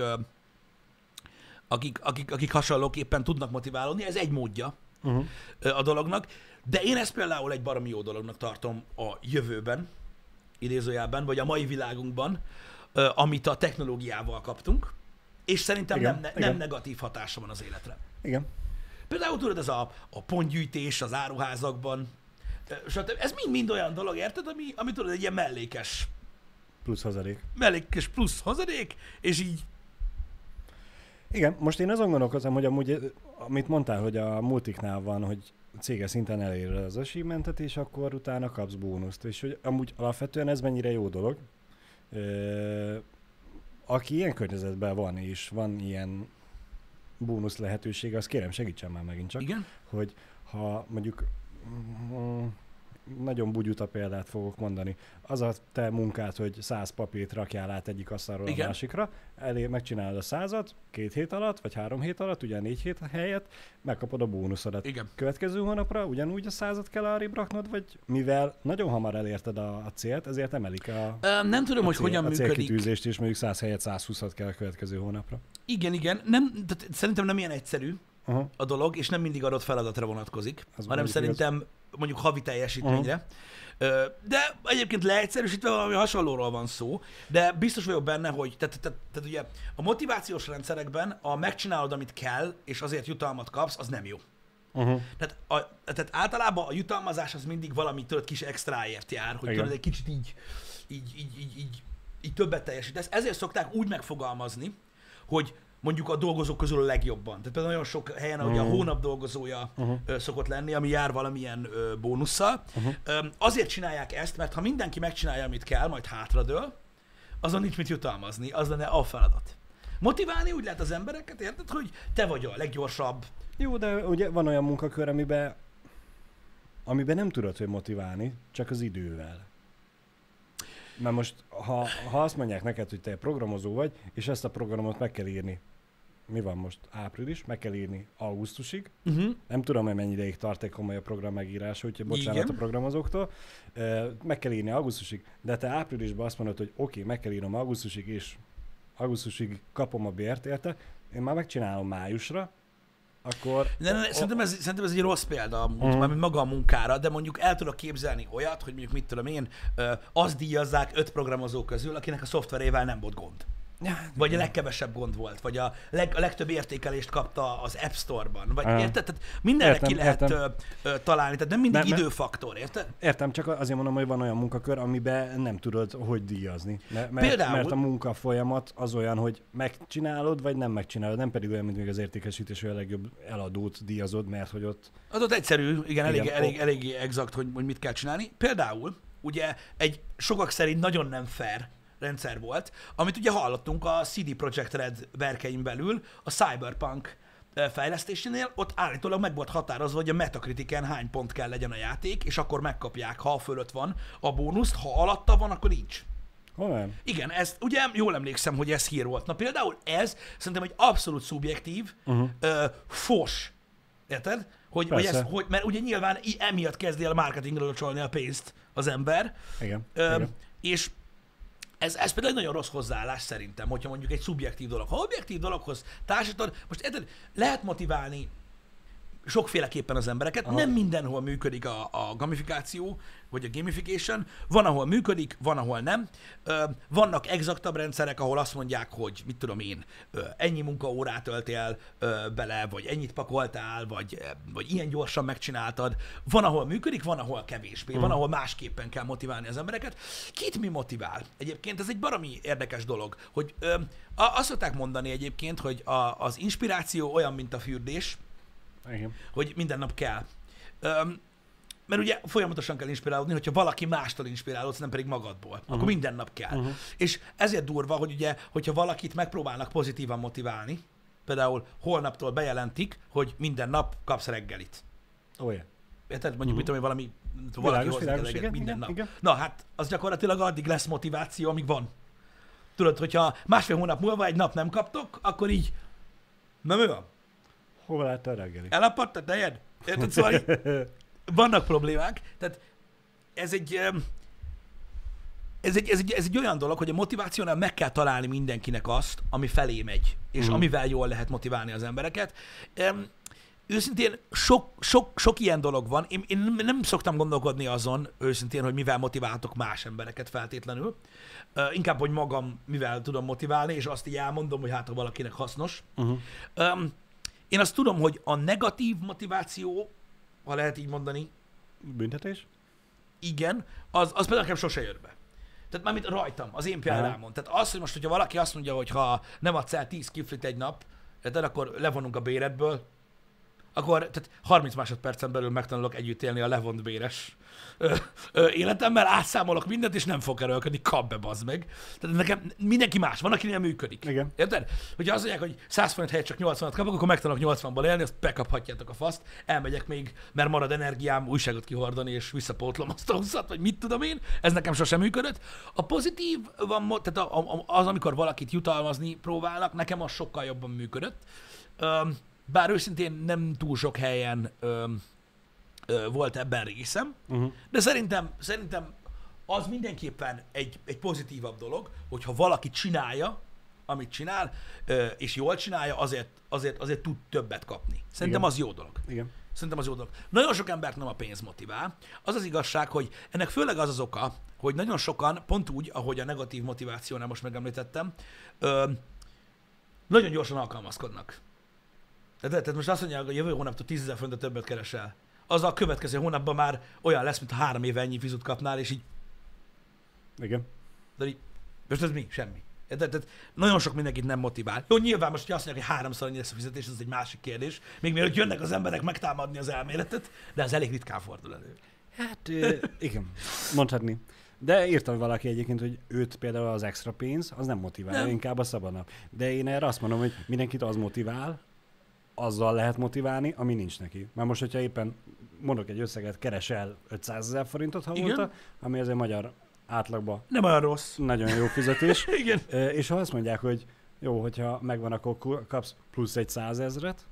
akik, akik, akik hasonlóképpen tudnak motiválódni. Ez egy módja uh-huh. a dolognak. De én ezt például egy baromi jó dolognak tartom a jövőben, idézőjelben, vagy a mai világunkban, amit a technológiával kaptunk, és szerintem igen, nem, ne, igen. nem negatív hatása van az életre. Igen. Például tudod, ez a, a pontgyűjtés az áruházakban, stb. Ez mind-mind olyan dolog, érted, ami, ami tudod, egy ilyen mellékes, Plusz hozadék. mellékes plusz hozadék, és így... Igen, most én azon gondolkozom, hogy amúgy, amit mondtál, hogy a multiknál van, hogy céges szinten elér az achievementet, és akkor utána kapsz bónuszt. És hogy amúgy alapvetően ez mennyire jó dolog. Ö, aki ilyen környezetben van, és van ilyen bónusz lehetőség, az kérem, segítsen már megint csak. Igen? Hogy ha mondjuk mm, nagyon bugyuta példát fogok mondani. Az a te munkád, hogy száz papírt rakjál át egyik asztalról a másikra, elé megcsinálod a százat, két hét alatt, vagy három hét alatt, ugye négy hét helyett, megkapod a bónuszodat. Igen. Következő hónapra ugyanúgy a százat kell arrébb raknod, vagy mivel nagyon hamar elérted a, a célt, ezért emelik a, Ö, nem tudom, a, hogy cél, hogyan a működik. célkitűzést, és mondjuk száz helyett száz húszat kell a következő hónapra. Igen, igen. Nem, tehát szerintem nem ilyen egyszerű Aha. a dolog, és nem mindig adott feladatra vonatkozik, Az hanem szerintem igaz. mondjuk havi teljesítményre. Uh-huh. De egyébként leegyszerűsítve valami hasonlóról van szó, de biztos vagyok benne, hogy tehát, tehát, tehát ugye a motivációs rendszerekben a megcsinálod, amit kell, és azért jutalmat kapsz, az nem jó. Uh-huh. Tehát, a, tehát általában a jutalmazás az mindig valami tudod, kis extraért jár, hogy tudod, egy kicsit így, így, így, így, így, így többet teljesítesz. Ezért szokták úgy megfogalmazni, hogy mondjuk a dolgozók közül a legjobban. Tehát például nagyon sok helyen, ahogy uh-huh. a hónap dolgozója uh-huh. szokott lenni, ami jár valamilyen ö, bónusszal. Uh-huh. Azért csinálják ezt, mert ha mindenki megcsinálja, amit kell, majd hátradől, azon nincs mit jutalmazni, az lenne a feladat. Motiválni úgy lehet az embereket, érted, hogy te vagy a leggyorsabb. Jó, de ugye van olyan munkakör, amiben, amiben nem tudod, hogy motiválni, csak az idővel. Mert most, ha, ha azt mondják neked, hogy te programozó vagy, és ezt a programot meg kell írni, mi van most? Április, meg kell írni augusztusig. Uh-huh. Nem tudom, hogy mennyi ideig tart egy komoly a program megírása, úgyhogy bocsánat igen. a programozóktól. Meg kell írni augusztusig, de te áprilisban azt mondod, hogy oké, okay, meg kell írnom augusztusig, és augusztusig kapom a bért érte, én már megcsinálom májusra, akkor... Ne, ne, ne, szerintem, ez, szerintem ez egy rossz példa, uh-huh. már maga a munkára, de mondjuk el tudok képzelni olyat, hogy mondjuk mit tudom én, azt díjazzák öt programozó közül, akinek a szoftverével nem volt gond. Ja, vagy a legkevesebb gond volt, vagy a, leg, a legtöbb értékelést kapta az App Store-ban, vagy Aha. érted? Tehát mindenre Értem, ki lehet ö, értem. ö, találni, tehát nem mindig Nem, nem. időfaktor, érted? Értem, csak azért mondom, hogy van olyan munkakör, amiben nem tudod, hogy díjazni. Mert, mert, Például- mert a munka folyamat az olyan, hogy megcsinálod, vagy nem megcsinálod. Nem pedig olyan, mint még az értékesítés, hogy a legjobb eladót díjazod, mert hogy ott... Az ott egyszerű, igen, elég, Igen, elég, ó. elég exakt, hogy, hogy mit kell csinálni. Például, ugye egy sokak szerint nagyon nem fair rendszer volt, amit ugye hallottunk a cé dé Projekt Red berkein belül, a Cyberpunk ö, fejlesztésénél, ott állítólag meg volt határozva, hogy a Metacritiken hány pont kell legyen a játék, és akkor megkapják, ha a fölött van a bónuszt, ha alatta van, akkor nincs. Olyan. Igen, ezt ugye jól emlékszem, hogy ez hír volt. Na például ez szerintem egy abszolút szubjektív, uh-huh. ö, fos, érted? Hogy, hogy ez, Persze. hogy, mert ugye nyilván i- emiatt kezdi el a marketingről csalni a pénzt az ember, Igen. ö, Igen. és ez, ez például egy nagyon rossz hozzáállás szerintem, hogyha mondjuk egy szubjektív dolog. Ha objektív dologhoz társítod, most érted, lehet motiválni sokféleképpen az embereket, Aha. nem mindenhol működik a, a gamifikáció, vagy a gamification, van, ahol működik, van, ahol nem. Ö, vannak exaktabb rendszerek, ahol azt mondják, hogy mit tudom én, ö, ennyi munkaórát töltél ö, bele, vagy ennyit pakoltál, vagy, ö, vagy ilyen gyorsan megcsináltad. Van, ahol működik, van, ahol kevésbé, van, ahol másképpen kell motiválni az embereket. Kit mi motivál? Egyébként ez egy baromi érdekes dolog, hogy ö, a- azt szokták mondani egyébként, hogy a, az inspiráció olyan, mint a fürdés, Igen. hogy minden nap kell. Öm, mert ugye folyamatosan kell inspirálódni, hogyha valaki mástól inspirálódsz, nem pedig magadból. Uh-huh. Akkor minden nap kell. Uh-huh. És ezért durva, hogy ugye, hogyha valakit megpróbálnak pozitívan motiválni, például holnaptól bejelentik, hogy minden nap kapsz reggelit. Olyan. Érted? Mondjuk, uh-huh. mit tudom én, valami, valaki Világos, hoz neked világos, reggelit igen, minden igen, nap. igen. Na hát, az gyakorlatilag addig lesz motiváció, amíg van. Tudod, hogyha másfél hónap múlva egy nap nem kaptok, akkor így, na mi van? Hova látta a reggeli? Elapadt a tejed? Érted? Szóval így vannak problémák. Tehát ez egy, em, ez egy, ez, egy, ez egy olyan dolog, hogy a motivációnál meg kell találni mindenkinek azt, ami felé megy, és Mhm. amivel jól lehet motiválni az embereket. Em, Őszintén sok, sok, sok ilyen dolog van. Én, én nem- nem szoktam gondolkodni azon, őszintén, hogy mivel motiváltok más embereket feltétlenül. Uh, inkább, hogy magam mivel tudom motiválni, és azt így elmondom, hogy hát, ha valakinek hasznos. Uh-huh. Um, én azt tudom, hogy a negatív motiváció, ha lehet így mondani, Büntetés? igen, az, az például nekem sose jött be. Tehát mármint rajtam, az én példámon. Tehát az, hogy most, hogyha valaki azt mondja, hogy ha nem adsz el tíz kiflit egy nap, érted, akkor levonunk a béredből, akkor tehát harminc másodpercen belül megtanulok együtt élni a levont béres ö, ö, életemmel, átszámolok mindent, és nem fog erőlködni, kap be, bazd meg. Tehát nekem mindenki más, van, akinél működik. Igen. Érted? Hogyha azt mondják, hogy száz forint helyett csak nyolcvanat kapok, akkor megtanulok nyolcvanból élni, azt bekaphatjátok a faszt, elmegyek még, mert marad energiám újságot kihordani, és visszapótlom azt a huszat, vagy mit tudom én, ez nekem sosem működött. A pozitív van, mo- tehát a- a- az, amikor valakit jutalmazni próbálnak, nekem az sokkal jobban működött. Öm, Bár őszintén nem túl sok helyen öm, ö, volt ebben részem, Uh-huh. de szerintem, szerintem az mindenképpen egy, egy pozitívabb dolog, hogyha valaki csinálja, amit csinál, ö, és jól csinálja, azért, azért, azért tud többet kapni. Szerintem Igen. az jó dolog. Igen. Szerintem az jó dolog. Nagyon sok embert nem a pénz motivál. Az az igazság, hogy ennek főleg az az oka, hogy nagyon sokan, pont úgy, ahogy a negatív motivációnál most megemlítettem, ö, nagyon gyorsan alkalmazkodnak. Tehát, tehát most azt mondják, hogy jövő hónaptól tízezer forintot többet keresel. Az a következő hónapban már olyan lesz, mint ha három éve ennyi fizut kapnál, és így, Igen. de így most ez mi? Semmi. Tehát, tehát nagyon sok mindenkit nem motivál. Jó, nyilván most, hogy azt mondják, hogy háromszor annyi lesz a fizetés, ez egy másik kérdés. Még mielőtt jönnek az emberek megtámadni az elméletet, de ez elég ritkán fordul elő. Hát ö, igen, mondhatni. De írtam valaki egyébként, hogy őt például az extra pénz, az nem motivál, Nem. inkább a szabadnap. De én erre azt mondom, hogy mindenkit az motivál, azzal lehet motiválni, ami nincs neki. Már most, hogyha éppen mondok egy összeget, keresel ötszázezer forintot havonta, Igen. ami azért magyar átlagban Nem olyan rossz. nagyon jó fizetés. Igen. Ö, És ha azt mondják, hogy jó, hogyha megvan, akkor ku- kapsz plusz egy százezret,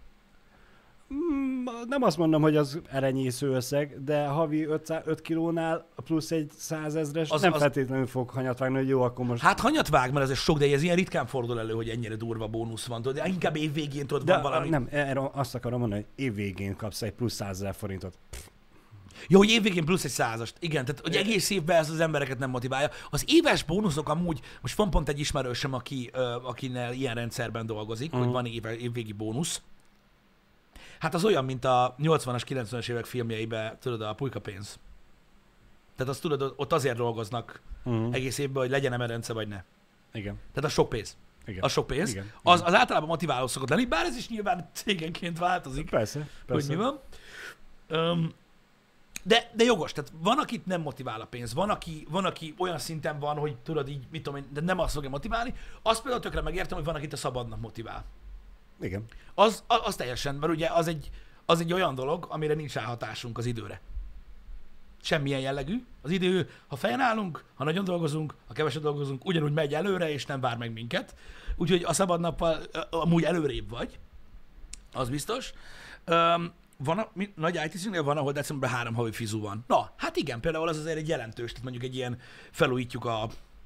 mm, nem azt mondom, hogy az erenyésző összeg, de havi öt kilónál plusz egy százezres Az- nem az- feltétlenül fog hanyat vágni, hogy jó, akkor most... Hát hanyat vág, mert ez sok, de ez ilyen ritkán fordul elő, hogy ennyire durva bónusz van. Tudod, de inkább évvégén tudod, de van valami. nem, erre azt akarom mondani, hogy évvégén kapsz egy plusz százezer forintot. Jó, hogy évvégén plusz egy százast. Igen, tehát hogy egész évben ez az embereket nem motiválja. Az éves bónuszok amúgy, most van pont egy ismerősöm, aki, ö, akinél ilyen rendszerben dolgozik, uh-huh. hogy van éve, évvégi bónusz. Hát az olyan, mint a nyolcvanas, kilencvenes évek filmjeiben, tudod, a pulykapénz. Tehát azt tudod, ott azért dolgoznak uh-huh. egész évben, hogy legyen emerence vagy ne. Igen. Tehát a sok pénz. Igen. A sok pénz. Igen. Az, az általában motiváló szokott lenni, bár ez is nyilván cégenként változik. Persze, persze. Hogy mi van. Um, de, de jogos, tehát van, akit nem motivál a pénz, van aki, van, aki olyan szinten van, hogy tudod így, mit tudom én, de nem azt fogja motiválni. Azt például tökre megértem, hogy van, akit a szabadnak motivál. Igen. Az, az, az teljesen, mert ugye az egy, az egy olyan dolog, amire nincs ráhatásunk az időre. Semmilyen jellegű. Az idő, ha fennállunk, ha nagyon dolgozunk, ha keveset dolgozunk, ugyanúgy megy előre, és nem vár meg minket. Úgyhogy a szabad nappal amúgy előrébb vagy. Az biztos. Um, van a, mi, nagy i té cégnél van, ahol decemberben három havi fizu van. Na, hát igen, például az azért egy jelentős, tehát mondjuk egy ilyen felújítjuk a,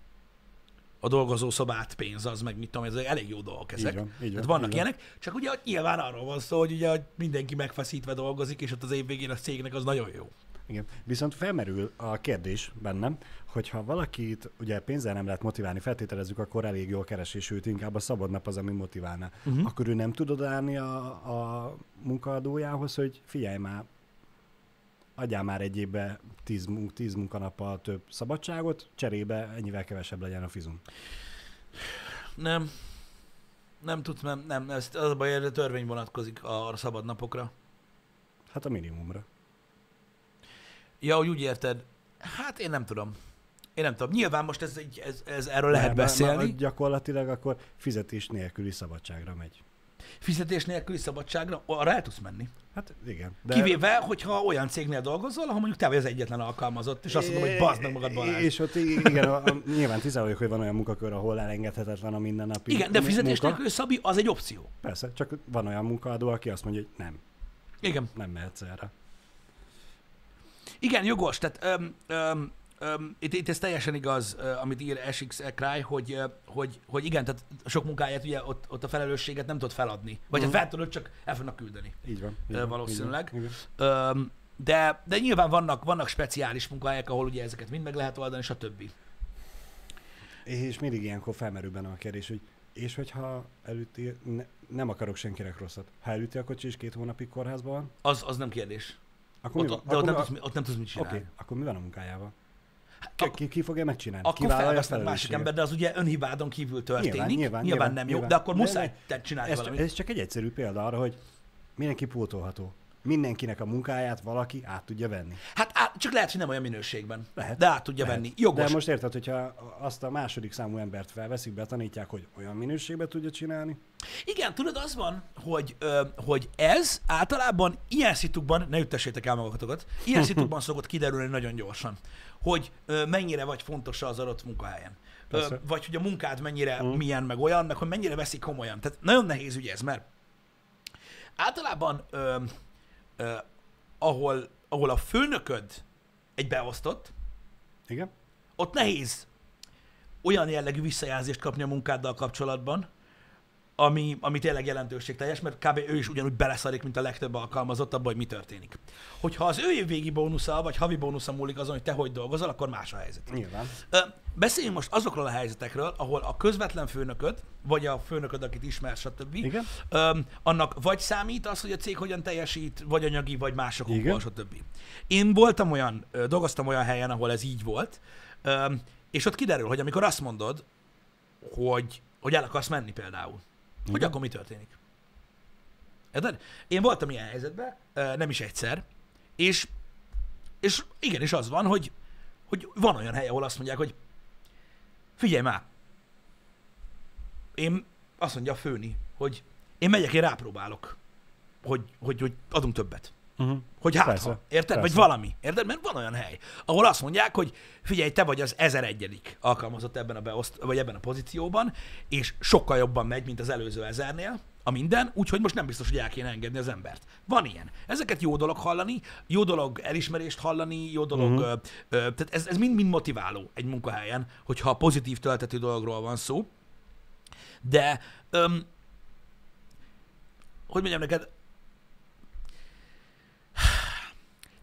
a dolgozó szobát, pénz az, meg mit tudom, ez elég jó dolgok ezek. Így van, így van, tehát vannak így van. ilyenek, csak ugye nyilván arról van szó, hogy ugye mindenki megfeszítve dolgozik, és ott az év végén a cégnek az nagyon jó. Igen. Viszont felmerül a kérdés bennem, hogyha valakit ugye pénzzel nem lehet motiválni, feltételezzük, akkor elég jól keresi, sőt inkább a szabad nap az, ami motiválná. Uh-huh. Akkor ő nem tud odaállni a, a munkaadójához, hogy figyelj már, adjál már egy évbe tíz, tíz munkanappal több szabadságot, cserébe ennyivel kevesebb legyen a fizum. Nem. Nem tudsz, nem, nem. Ez, az a baj, hogy a törvény vonatkozik a, a szabad napokra. Hát a minimumra. Ja, hogy úgy érted. Hát én nem tudom. Én nem tudom. Nyilván most ez, egy, ez, ez erről lehet Már, beszélni. már gyakorlatilag akkor fizetés nélküli szabadságra megy. Fizetés nélküli szabadságra, arra el tudsz menni. Hát igen. De... Kivéve, hogyha olyan cégnél dolgozol, ahol mondjuk te vagy az egyetlen alkalmazott, és azt mondom, hogy bazd meg magad, Balázs. És ott igen, a, a, nyilván tisztán vagyok, hogy van olyan munkakör, ahol elengedhetetlen a mindennapi Igen, de fizetés munka. nélküli Szabi, az egy opció. Persze, csak van olyan munkaadó, aki azt mondja, hogy nem. Igen. Nem mehetsz erre. Igen, jogos. Tehát öm, öm, öm, itt, itt ez teljesen igaz, ö, amit ír es iksz Cry, hogy, ö, hogy, hogy igen, tehát sok munkáját ugye ott, ott a felelősséget nem tudod feladni. Vagy Mhm. ha fel tudod, csak el fognak küldeni. Így van. Így Ö, van, valószínűleg. így van, így van. Öm, de, de nyilván vannak, vannak speciális munkahelyek, ahol ugye ezeket mind meg lehet oldani, stb. És mindig ilyenkor felmerül benne a kérdés, hogy és hogyha elüti, ne, nem akarok senkinek rosszat. Ha elüti a kocsi és két hónapig kórházban van, Az, az nem kérdés. akkor Ott, mi van? de ott, Akkor nem mi- tudsz, ott nem tudsz mit Oké, csinálni. okay, akkor mi van a munkájával? Hát, Ki, ki, ki fogja megcsinálni? akkor Kivállalja a felvesznek másik felelősséget? ember, de az ugye önhibádon kívül történik. Nyilván, Nyilván, nyilván, nyilván nyilván, nem jó, nyilván. de akkor De- muszáj de- te csinálni Ez, valamit. ez csak egy egyszerű példa arra, hogy mindenki pótolható. Mindenkinek a munkáját valaki át tudja venni. Hát á, csak lehet, hogy nem olyan minőségben. Lehet. De át tudja Lehet. venni. Jogos. De most érted, hogyha azt a második számú embert felveszik, betanítják, hogy olyan minőségben tudja csinálni. Igen, tudod, az van, hogy, ö, hogy ez általában ilyen szitukban, ne üttessétek el magatokat, ilyen szitukban szokott kiderülni nagyon gyorsan, hogy ö, mennyire vagy fontos az adott munkahelyen. Ö, Persze. vagy hogy a munkád mennyire Mm. milyen, meg olyan, meg hogy mennyire veszik komolyan. Tehát nagyon nehéz ügy ez, mert általában ö, ö, ahol, ahol a főnököd egy beosztott, Igen? ott nehéz olyan jellegű visszajelzést kapni a munkáddal kapcsolatban, ami, ami tényleg jelentőségteljes, mert kb. Ő is ugyanúgy beleszarik, mint a legtöbb alkalmazott abban, hogy mi történik. Hogyha az ő évvégi bónusza, vagy havi bónusza múlik azon, hogy te hogy dolgozol, akkor más a helyzet. Nyilván. Ö, Beszéljünk most azokról a helyzetekről, ahol a közvetlen főnököd, vagy a főnököd, akit ismer, stb. Igen? Ö, annak vagy számít az, hogy a cég hogyan teljesít, vagy anyagi, vagy másokból, Igen. stb. Én voltam olyan, ö, dolgoztam olyan helyen, ahol ez így volt, ö, és ott kiderül, hogy amikor azt mondod, hogy, hogy el akarsz menni például, hogy Igen. akkor mi történik. Érted? Én voltam ilyen helyzetben, ö, nem is egyszer, és, és igenis az van, hogy, hogy van olyan hely, ahol azt mondják, hogy figyelj már, én azt mondja a főni, hogy én megyek, én rápróbálok, hogy, hogy, hogy adunk többet. Uh-huh. Hogy hát, Persze, ha, érted? Vagy persze. valami. Érted? Mert van olyan hely, ahol azt mondják, hogy figyelj, te vagy az ezeregyedik alkalmazott ebben a, beoszt, vagy ebben a pozícióban, és sokkal jobban megy, mint az előző ezernél a minden, úgyhogy most nem biztos, hogy el kéne engedni az embert. Van ilyen. Ezeket jó dolog hallani, jó dolog elismerést hallani, jó dolog, Mhm. ö, ö, tehát ez, ez mind-mind motiváló egy munkahelyen, hogyha pozitív töltető dologról van szó. De, öm, hogy mondjam neked,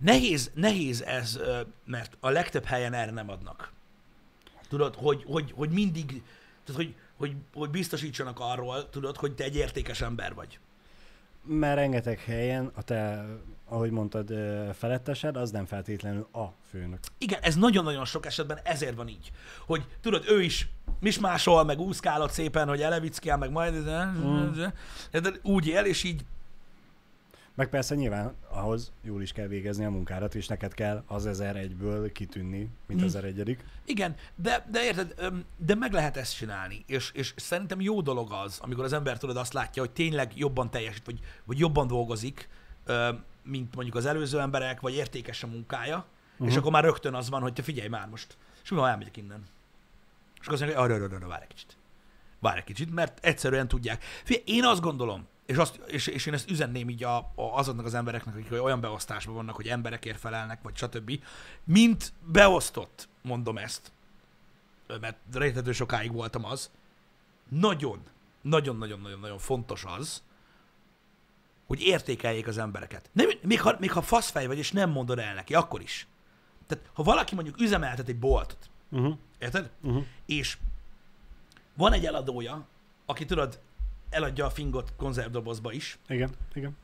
nehéz, nehéz ez, ö, mert a legtöbb helyen erre nem adnak. Tudod, hogy, hogy, hogy mindig, tudod, hogy, hogy, hogy biztosítsanak arról, tudod, hogy te egy értékes ember vagy. Mert rengeteg helyen a te, ahogy mondtad, ö, felettesed, az nem feltétlenül a főnök. Igen, ez nagyon-nagyon sok esetben ezért van így. Hogy tudod, ő is mismásol, meg úszkálod szépen, hogy elevickiál, meg majd mm. de úgy él, és így Meg persze nyilván ahhoz jól is kell végezni a munkádat, és neked kell az ezer egyből kitűnni, mint Mm. ezer egyedik. igen, de, de érted, öm, de meg lehet ezt csinálni, és, és szerintem jó dolog az, amikor az ember tudod azt látja, hogy tényleg jobban teljesít, vagy, vagy jobban dolgozik, öm, mint mondjuk az előző emberek, vagy értékes a munkája, uh-huh. és akkor már rögtön az van, hogy te figyelj már most, és mi van, elmegyek innen. És akkor azt mondja, hogy arra, arra, arra, várj egy kicsit. Várj egy kicsit, mert egyszerűen tudják. Figyelj, én azt gondolom, és, azt, és, és én ezt üzenném így a, a, azoknak az embereknek, akik olyan beosztásban vannak, hogy emberekért felelnek, vagy stb. Mint beosztott, mondom ezt, mert rétető sokáig voltam az, nagyon, nagyon-nagyon-nagyon fontos az, hogy értékeljék az embereket. Nem, még, ha, még ha faszfej vagy, és nem mondod el neki, akkor is. Tehát, ha valaki mondjuk üzemeltet egy boltot, Uh-huh. érted? Uh-huh. És van egy eladója, aki tudod, eladja a fingot konzervdobozba is, Igen, igen.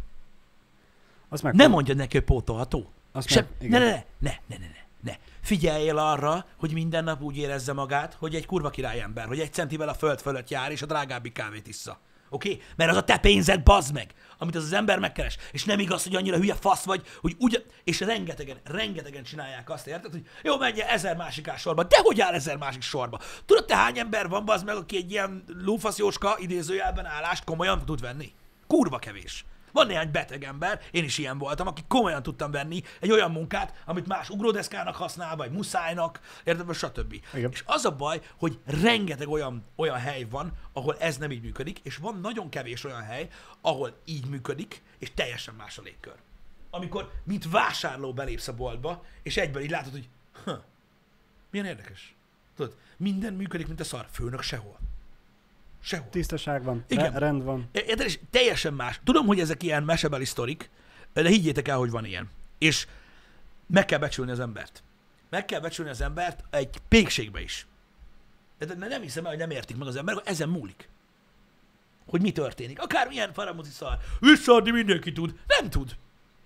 Azt meg nem mondja neki, hogy pótolható. Azt Sem, meg, ne, igen. ne, ne, ne, ne, ne, ne. Figyeljél arra, hogy minden nap úgy érezze magát, hogy egy kurva királyember, hogy egy centivel a föld fölött jár, és a drágábbi kávét issza. Oké? Okay? Mert az a te pénzed, bazd meg, amit az az ember megkeres. És nem igaz, hogy annyira hülye fasz vagy, hogy ugyan... És rengetegen, rengetegen csinálják azt, érted, hogy jó, menjen ezer másikás sorba. De hogy áll ezer másik sorba? Tudod, te hány ember van, bazd meg, aki egy ilyen lófaszjóska idézőjelben állást komolyan tud venni? Kurva kevés. Van néhány beteg ember, én is ilyen voltam, aki komolyan tudtam venni egy olyan munkát, amit más ugródeszkának használ, vagy muszájnak, érted, vagy stb. Igen. És az a baj, hogy rengeteg olyan, olyan hely van, ahol ez nem így működik, és van nagyon kevés olyan hely, ahol így működik, és teljesen más a légkör. Amikor, mint vásárló belépsz a boltba, és egyből így látod, hogy huh, milyen érdekes. Tudod, minden működik, mint a szar. Főnök sehol. Sehol. Tisztaság van, Igen. re- rend van. Érted, és teljesen más. Tudom, hogy ezek ilyen mesebeli sztorik, de higgyétek el, hogy van ilyen. És meg kell becsülni az embert. Meg kell becsülni az embert egy pékségbe is. De nem hiszem el, hogy nem értik meg az emberek, hogy ezen múlik. Hogy mi történik. Akármilyen faramuci szar. Visszaadni mindenki tud. Nem tud.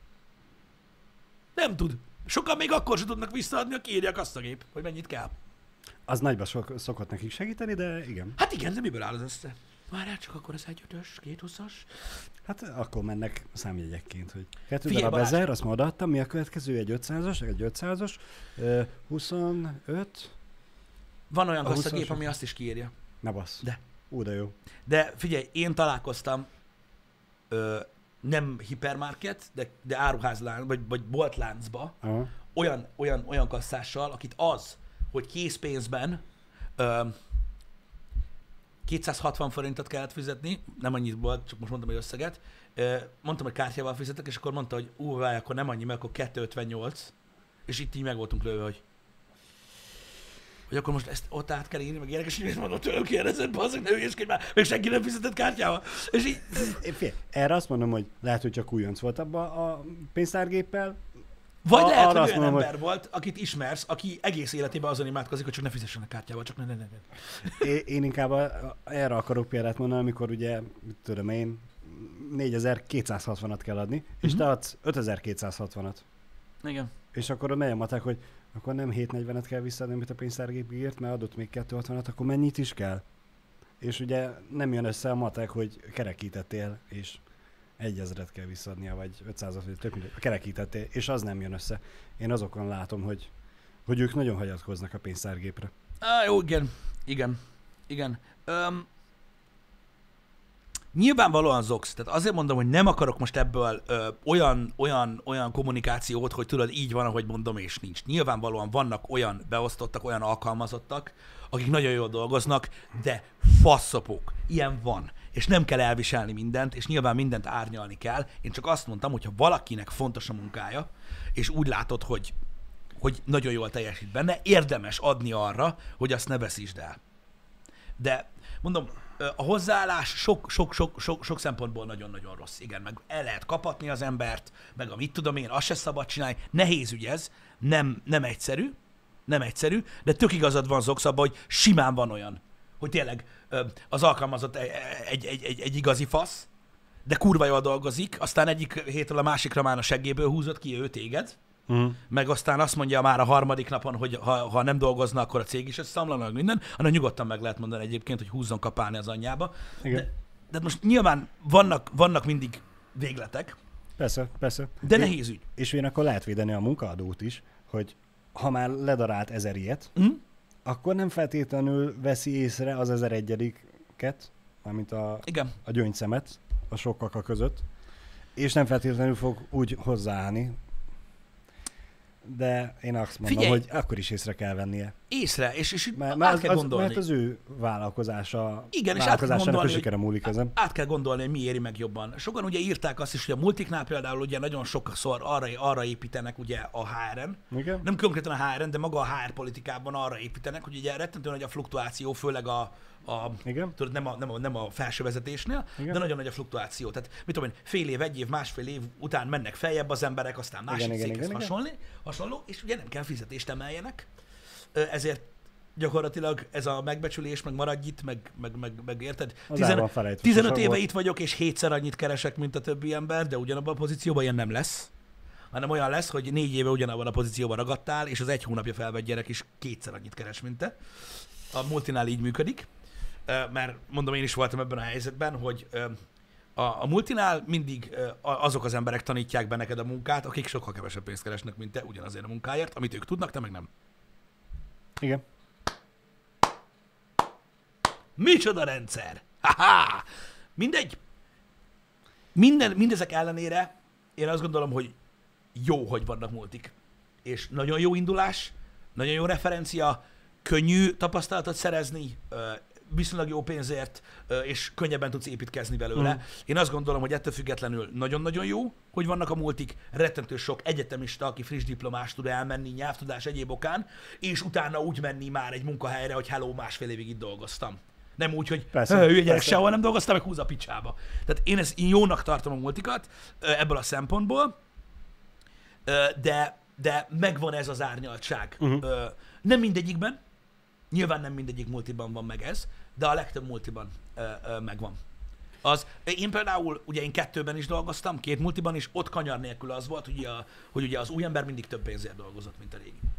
Nem tud. Sokan még akkor sem tudnak visszaadni, aki írják azt a gép, hogy mennyit kell. Az nagyba sok, szokott nekik segíteni, de igen. Hát igen, de miből áll az össze? Várjál, csak akkor az egy ötös, két huszas. Hát akkor mennek számjegyekként, hogy kettő Figyelj, darab Balázs. ezer, azt ma odaadtam, mi a következő? Egy ötszázas, egy ötszázas, ö, huszonöt, Van olyan A kasszagép, huszas- ami azt is kiírja. ne bassz. De. Ú, de jó. De figyelj, én találkoztam ö, nem hipermarket, de, de áruházlánc, vagy, vagy boltláncba Aha. olyan, olyan, olyan kasszással, akit az, hogy készpénzben ö, kétszázhatvan forintot kellett fizetni, nem annyit volt, csak most mondtam egy összeget, ö, mondtam, hogy kártyával fizetek, és akkor mondta, hogy ú, várj, akkor nem annyi, mert akkor kettőszázötvennyolc, és itt így meg voltunk lőve, hogy hogy akkor most ezt ott át kell írni, meg ilyenek, és így mondom, tőlem kérdezett, bazzak, ne hülyéskedj már, még senki nem fizetett kártyával. És így, Én fél, erre azt mondom, hogy lehet, hogy csak újonc volt abban a pénztárgéppel. vagy A- lehet, arra hogy azt olyan mondom, ember volt, akit ismersz, aki egész életében azon imádkozik, hogy csak ne fizessenek kártyával, csak ne, ne, ne, ne. Én, én inkább a, erre akarok példát mondani, amikor ugye, mit tudom én, négyezer-kétszázhatvanat kell adni, uh-huh. és te adsz ötezer-kétszázhatvanat. Igen. És akkor megy a matek, hogy akkor nem hétszáznegyvenet kell visszaadni, amit a pénztárgép írt, mert adott még kétszázhatvanat, akkor mennyit is kell? És ugye nem jön össze a matek, hogy kerekítettél, és egyezret kell visszaadnia, vagy ötszázat, vagy tök mindegy, kerekítettél, és az nem jön össze. Én azokon látom, hogy, hogy ők nagyon hagyatkoznak a pénztárgépre. Á, jó, igen. Igen. Igen. Öm, nyilvánvalóan zoksz. Tehát azért mondom, hogy nem akarok most ebből ö, olyan, olyan, olyan kommunikációt, hogy tudod, így van, ahogy mondom, és nincs. Nyilvánvalóan vannak olyan beosztottak, olyan alkalmazottak, akik nagyon jól dolgoznak, de faszopók. Ilyen van. És nem kell elviselni mindent, és nyilván mindent árnyalni kell. Én csak azt mondtam, hogy ha valakinek fontos a munkája, és úgy látod, hogy, hogy nagyon jól teljesít benne, érdemes adni arra, hogy azt ne veszítsd el. De mondom, a hozzáállás sok, sok, sok, sok, sok szempontból nagyon-nagyon rossz. Igen, meg el lehet kapatni az embert, meg a mit tudom én, azt se szabad csinálni. Nehéz ügy ez, nem, nem egyszerű, nem egyszerű, de tök igazad van Zox abban, hogy simán van olyan, hogy tényleg az alkalmazott egy, egy, egy, egy, egy igazi fasz, de kurva jól dolgozik, aztán egyik hétről a másikra már a seggéből húzott ki ő téged, uh-huh. meg aztán azt mondja már a harmadik napon, hogy ha, ha nem dolgozna, akkor a cég is összeomlana, meg minden, hanem nyugodtan meg lehet mondani egyébként, hogy húzzon kapálni az anyjába. Igen. De, de most nyilván vannak, vannak mindig végletek. Persze, persze. De é, nehéz ügy. És én akkor lehet védeni a munkaadót is, hogy ha már ledarált ezer ilyet, uh-huh. akkor nem feltétlenül veszi észre az ezer egyediket, mármint a, a gyöngyszemet a sok kaka között, és nem feltétlenül fog úgy hozzáállni. De én azt mondom, Figyelj, hogy akkor is észre kell vennie. Észre, és, és mert, át mert kell az, gondolni. Mert az ő vállalkozása, Igen, és vállalkozásának a sikere múlik ezen. Át kell gondolni, hogy mi éri meg jobban. Sokan ugye írták azt is, hogy a multiknál például ugye nagyon sokszor arra, arra építenek ugye a há er-en. Igen? Nem konkrétan a há er-en, de maga a há er politikában arra építenek, hogy ugye rettentően nagy a fluktuáció, főleg a, a, tudod, nem, a, nem, a, nem a felső vezetésnél, Igen? de nagyon nagy a fluktuáció. Tehát mit tudom én, fél év, egy év, másfél év után mennek feljebb az emberek, aztán másik igen, céghez igen, hasonló, hasonló, és ugye nem kell fizetést emeljenek. Ezért gyakorlatilag ez a megbecsülés, meg maradj itt, meg, meg, meg, meg érted? tizenöt éve itt vagyok, és hétszer annyit keresek, mint a többi ember, de ugyanabban a pozícióban ilyen nem lesz. Hanem olyan lesz, hogy négy éve ugyanabban a pozícióban ragadtál, és az egy hónapja felvett gyerek is kétszer annyit keres, mint te. A multinál így működik, mert mondom, én is voltam ebben a helyzetben, hogy a, a multinál mindig azok az emberek tanítják be neked a munkát, akik sokkal kevesebb pénzt keresnek, mint te, ugyanazért a munkáért, amit ők tudnak, te meg nem. Igen. Micsoda rendszer! Ha-ha! Mindegy. Minden, mindezek ellenére én azt gondolom, hogy jó, hogy vannak multik. És nagyon jó indulás, nagyon jó referencia, könnyű tapasztalatot szerezni, viszonylag jó pénzért, és könnyebben tudsz építkezni belőle. Mm. Én azt gondolom, hogy ettől függetlenül nagyon-nagyon jó, hogy vannak a multik, rettentő sok egyetemista, aki friss diplomás tud elmenni, nyelvtudás egyéb okán, és utána úgy menni már egy munkahelyre, hogy hello, másfél évig itt dolgoztam. Nem úgy, hogy ő gyerek, sehol nem dolgoztam, meg húz a picsába. Tehát én ezt én jónak tartom a multikat ebből a szempontból, de, de megvan ez az árnyaltság. Uh-huh. Nem mindegyikben, nyilván nem mindegyik multiban van meg ez, de a legtöbb multiban megvan. Az, én például, ugye én kettőben is dolgoztam, két multiban is, ott kanyar nélkül az volt, hogy, a, hogy ugye az új ember mindig több pénzért dolgozott, mint a régi.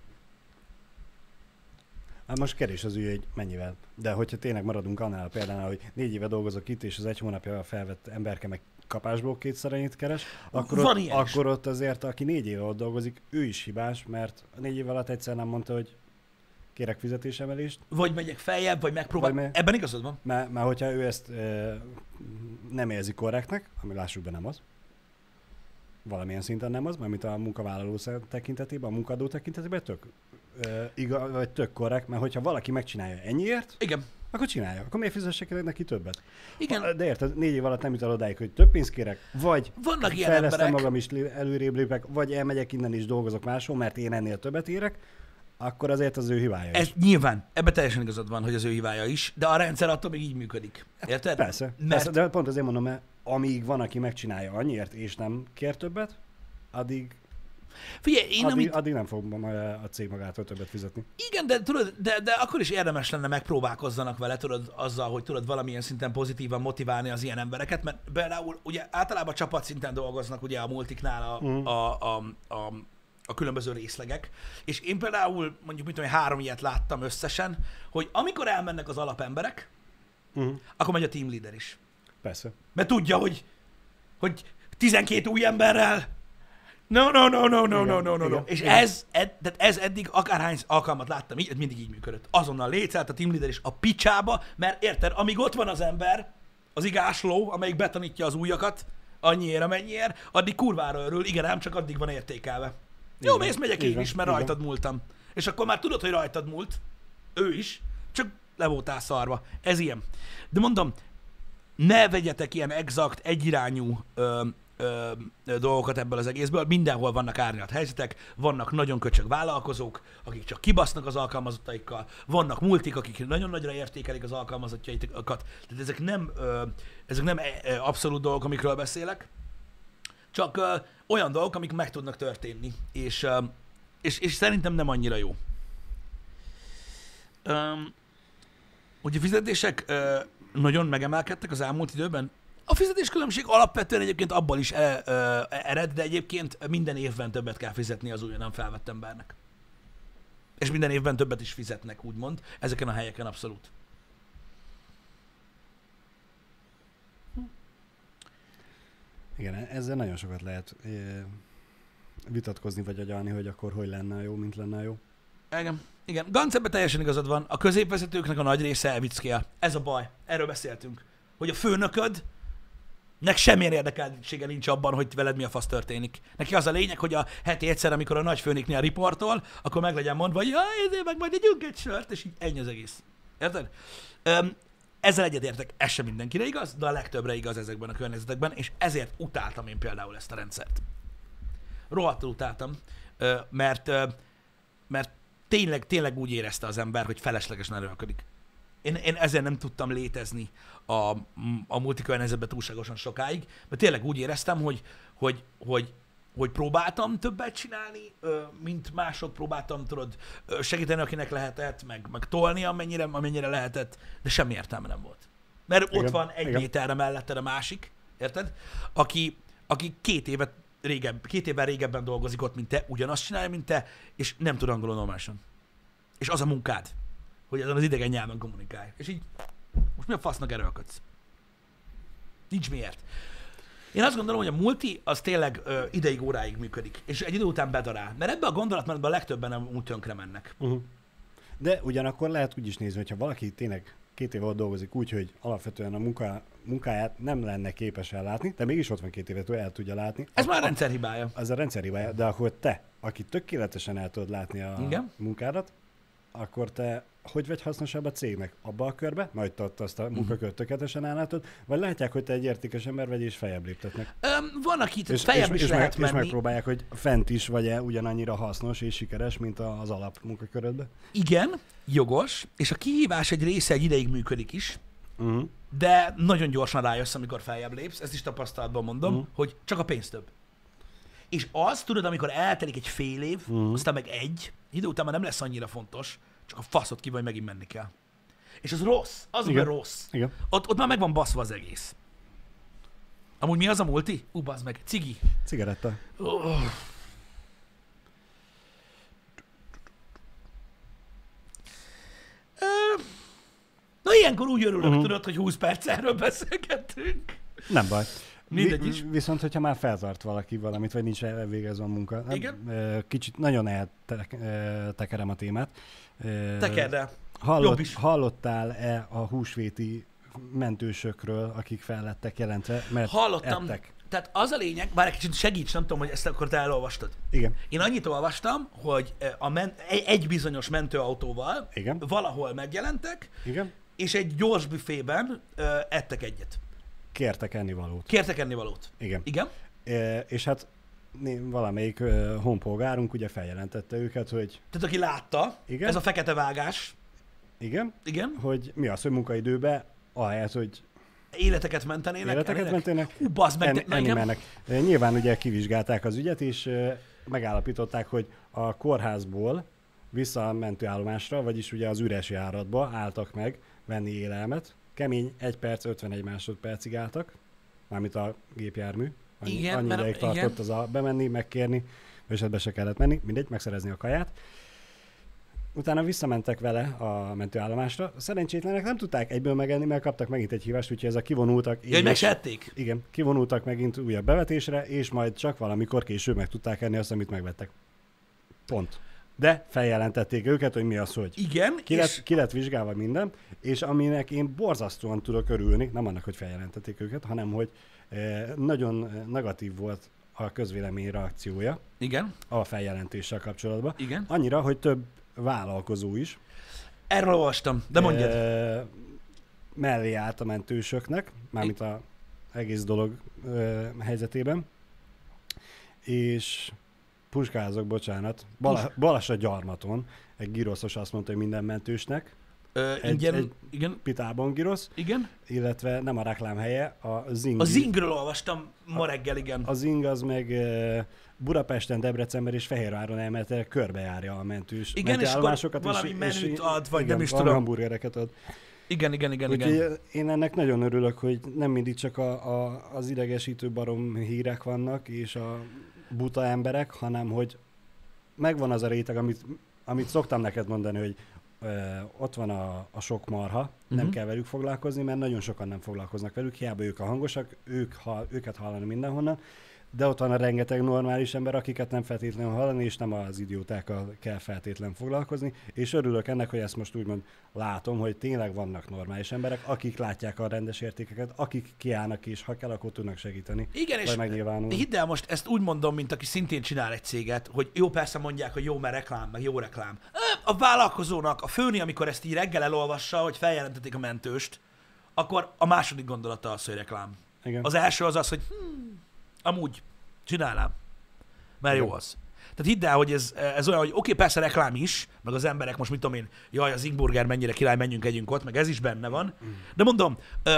Hát most kerés az ügy, hogy mennyivel. De hogyha tényleg maradunk annál például, hogy négy éve dolgozok itt, és az egy hónapja felvett emberke meg kapásból kétszer ennyit keres, akkor, ott, akkor ott azért, aki négy éve ott dolgozik, ő is hibás, mert a négy év alatt egyszer nem mondta, hogy kérek fizetésemelést. Vagy megyek feljebb, vagy megpróbál. Vagy me- Ebben igazad van. Mert, mert hogyha ő ezt e, nem érzi korrektnek, ami lássuk be nem az, valamilyen szinten nem az, mármint a munkavállaló tekintetében, a munkadó tekintetében tök, e, igaz, vagy tök korrekt, mert hogyha valaki megcsinálja ennyiért, igen, akkor csinálja. Akkor miért fizessek neki többet? Igen. De érted, négy év alatt nem jut el odáig, hogy több pénzt kérek, vagy vannak ilyen fejlesztem emberek, magam is, előrébb lépek, vagy elmegyek innen is dolgozok máshol, mert én ennél többet érek, akkor azért az ő hibája Ez is. nyilván, ebben teljesen igazad van, hogy az ő hibája is, de a rendszer attól még így működik. Érted? Persze, mert... persze, de pont azért mondom, mert amíg van, aki megcsinálja annyiért, és nem kér többet, addig, Figyelj, én addig, amit... addig nem fog a cég magától többet fizetni. Igen, de, tudod, de, de akkor is érdemes lenne megpróbálkozzanak vele, tudod, azzal, hogy tudod valamilyen szinten pozitívan motiválni az ilyen embereket, mert például ugye általában csapatszinten dolgoznak ugye a multiknál a, mm. a, a, a a különböző részlegek, és én például mondjuk mit tudom, három ilyet láttam összesen, hogy amikor elmennek az alapemberek, uh-huh. akkor megy a team leader is. Persze. Mert tudja, hogy, hogy tizenkét új emberrel, no, no, no, no, no, no, no, no, no. És ez, ed, tehát ez eddig akárhány alkalmat láttam, így, mindig így működött. Azonnal létszállt a team leader is a picsába, mert érted, amíg ott van az ember, az igásló, amelyik betanítja az újakat, annyiért, amennyiért, addig kurvára örül, igen, ám csak addig van értékelve. Jó, mész, megyek én is, mert rajtad múltam. És akkor már tudod, hogy rajtad múlt. Ő is. Csak le voltál szarva. Ez ilyen. De mondom, ne vegyetek ilyen exakt, egyirányú ö, ö, ö, dolgokat ebből az egészből. Mindenhol vannak árnyalt helyzetek, vannak nagyon köcsög vállalkozók, akik csak kibasznak az alkalmazottaikkal, vannak multik, akik nagyon nagyra értékelik az alkalmazottjaikat. Tehát ezek nem, ö, ezek nem ö, abszolút dolgok, amikről beszélek, csak ö, olyan dolgok, amik meg tudnak történni, és, ö, és, és szerintem nem annyira jó. Um, hogy a fizetések ö, nagyon megemelkedtek az elmúlt időben. A fizetéskülönbség alapvetően egyébként abból is e, ö, ered, de egyébként minden évben többet kell fizetni az újonnan felvett embernek. És minden évben többet is fizetnek, úgymond, ezeken a helyeken abszolút. Igen, ezzel nagyon sokat lehet eh, vitatkozni vagy agyalni, hogy akkor hogy lenne jó, mint lenne jó. Igen. Igen, Ganz, ebben teljesen igazad van. A középvezetőknek a nagy része elvickél. Ez a baj. Erről beszéltünk. Hogy a főnököd nek semmilyen érdekeltsége nincs abban, hogy veled mi a fasz történik. Neki az a lényeg, hogy a heti egyszer, amikor a nagyfőnöknél riportol, akkor meg legyen mondva, hogy jaj, ezért meg majd együnk egy sört, és így ennyi az egész. Érted? Öm, ezzel egyetértek, ez sem mindenkire igaz, de a legtöbbre igaz ezekben a környezetekben, és ezért utáltam én például ezt a rendszert. Rohadtul utáltam, mert, mert tényleg, tényleg úgy érezte az ember, hogy feleslegesen erőlködik. Én, én ezért nem tudtam létezni a, a multikörnyezetben túlságosan sokáig, mert tényleg úgy éreztem, hogy, hogy, hogy, hogy próbáltam többet csinálni, mint mások, próbáltam tudod, segíteni, akinek lehetett, meg, meg tolni, amennyire, amennyire lehetett, de semmi értelme nem volt. Mert igen, ott van egy igen. méterre melletted a másik, érted? Aki, aki két évet régebb, két évvel régebben dolgozik ott, mint te, ugyanazt csinálja, mint te, és nem tud angolul normálisan. És az a munkád, hogy azon az idegen nyelven kommunikálj. És így, most mi a fasznak erőlködsz? Nincs miért. Én azt gondolom, hogy a multi az tényleg ö, ideig, óráig működik, és egy idő után bedarál. Mert ebbe a gondolatmenetben a legtöbben nem úgy tönkre mennek. Uh-huh. De ugyanakkor lehet úgy is nézni, hogyha valaki tényleg két év alatt dolgozik úgy, hogy alapvetően a munka, munkáját nem lenne képes ellátni, de mégis ott van két évet, hogy el tudja látni. Ez már a rendszer hibája. Ez a rendszer hibája, de akkor te, aki tökéletesen el tudod látni a igen? munkádat, akkor te hogy vagy hasznosabb a cégnek? Abba a körbe? Majd te ott azt a munkakört tökéletesen ellátod, vagy látják, hogy te egy értékes ember vagy, és feljebb léptetnek? Öm, van, aki feljebb is és lehet meg, menni. És megpróbálják, hogy fent is vagy-e ugyanannyira hasznos és sikeres, mint az alap munkakörödben? Igen, jogos, és a kihívás egy része egy ideig működik is, uh-huh. de nagyon gyorsan rájössz, amikor feljebb lépsz, ezt is tapasztalatban mondom, uh-huh. hogy csak a pénz több. És az, tudod, amikor eltelik egy fél év, uh-huh. aztán meg egy, idő után már nem lesz annyira fontos, csak a faszot ki, vagy megint menni kell. És az rossz, az már rossz. Igen. Ott, ott már meg van baszva az egész. Amúgy mi az a multi? Ú, bazd meg, cigi. Cigaretta. Oh. Na ilyenkor úgy örülök, uh-huh. tudod, hogy húsz perc erről beszélgettünk. Nem baj. Mindegy is. Viszont, hogyha már feltart valaki valamit, vagy nincs elvégezve a munka. Igen? Kicsit nagyon eltekerem a témát. Tekerd el. Hallott, hallottál-e a húsvéti mentősökről, akik fel lettek jelentve, mert Hallottam. ettek? Tehát az a lényeg, bár egy kicsit segíts, nem tudom, hogy ezt akkor te elolvastad. Igen. Én annyit olvastam, hogy a men- egy bizonyos mentőautóval igen. valahol megjelentek, igen. és egy gyors büfében ö, ettek egyet. Kértek ennivalót. Kértek ennivalót. Igen. Igen. E, és hát valamelyik uh, honpolgárunk ugye feljelentette őket, hogy... Tehát aki látta, igen? Ez a fekete vágás. Igen. Igen. Hogy mi az, hogy munkaidőben ahelyett, hogy életeket mentenének. Életeket mentenek. Hú, bazd meg. En, enni mennek. Nyilván ugye kivizsgálták az ügyet, és uh, megállapították, hogy a kórházból vissza a mentőállomásra, vagyis ugye az üres járatba álltak meg venni élelmet. Kemény egy perc, ötvenegy másodpercig álltak, mármint a gépjármű. Annyi, igen, annyi ideig tartott igen. az a bemenni, megkérni, és ebbe se kellett menni, mindegy, megszerezni a kaját. Utána visszamentek vele a mentőállomásra. A szerencsétlenek nem tudták egyből megenni, mert kaptak megint egy hívást, úgyhogy ezek kivonultak. Ja, meg se ették? Igen, kivonultak megint újabb bevetésre, és majd csak valamikor később meg tudták enni azt, amit megvettek. Pont. De feljelentették őket, hogy mi az, hogy. Igen. Ki, és... lett, ki lett vizsgálva minden, és aminek én borzasztóan tudok örülni, nem annak, hogy feljelentették őket, hanem hogy eh, nagyon negatív volt a közvélemény reakciója. Igen. A feljelentéssel kapcsolatban. Igen. Annyira, hogy több vállalkozó is. Erről olvastam, de mondjad. Eh, mellé állt a mentősöknek, mármint a egész dolog ö, helyzetében. És puskázok, bocsánat, Bala, Balassagyarmaton egy giroszos azt mondta, hogy minden mentősnek. Ö, egy, ingyen, egy igen. pitában girosz. Igen. Illetve nem a reklám helye, a Zing. A Zingről olvastam ma reggel, igen. A Zing az meg uh, Budapesten, Debrecenben és Fehérváron elméletileg körbejárja a mentős igen, és akkor valami és, menüt és, ad, vagy igen, nem is tudom. hamburgereket ad. Igen, igen, igen, Úgyhogy igen. én ennek nagyon örülök, hogy nem mindig csak a, a, az idegesítő barom hírek vannak, és a buta emberek, hanem hogy megvan az a réteg, amit, amit szoktam neked mondani, hogy ö, ott van a, a sok marha, uh-huh. nem kell velük foglalkozni, mert nagyon sokan nem foglalkoznak velük, hiába ők a hangosak, ők, ha, őket hallani mindenhonnan, de ott van a rengeteg normális ember, akiket nem feltétlenül hallani, és nem az idiótákkal kell feltétlenül foglalkozni, és örülök ennek, hogy ezt most úgymond látom, hogy tényleg vannak normális emberek, akik látják a rendes értékeket, akik kiállnak és ha kell, akkor tudnak segíteni. Igen, és hidd el, most ezt úgy mondom, mint aki szintén csinál egy céget, hogy jó, persze mondják, hogy jó, mert reklám, meg jó reklám. A vállalkozónak, a főni, amikor ezt így reggel elolvassa, hogy feljelentették a mentőst, akkor a második gondolata az, hogy reklám. Igen. Az első az az, hogy hmm, amúgy csinálnám, mert jó az. Tehát hidd el, hogy ez, ez olyan, hogy oké, okay, persze reklám is, meg az emberek most mit tudom én, jaj, az Ingburger mennyire király, menjünk, együnk ott, meg ez is benne van. De mondom,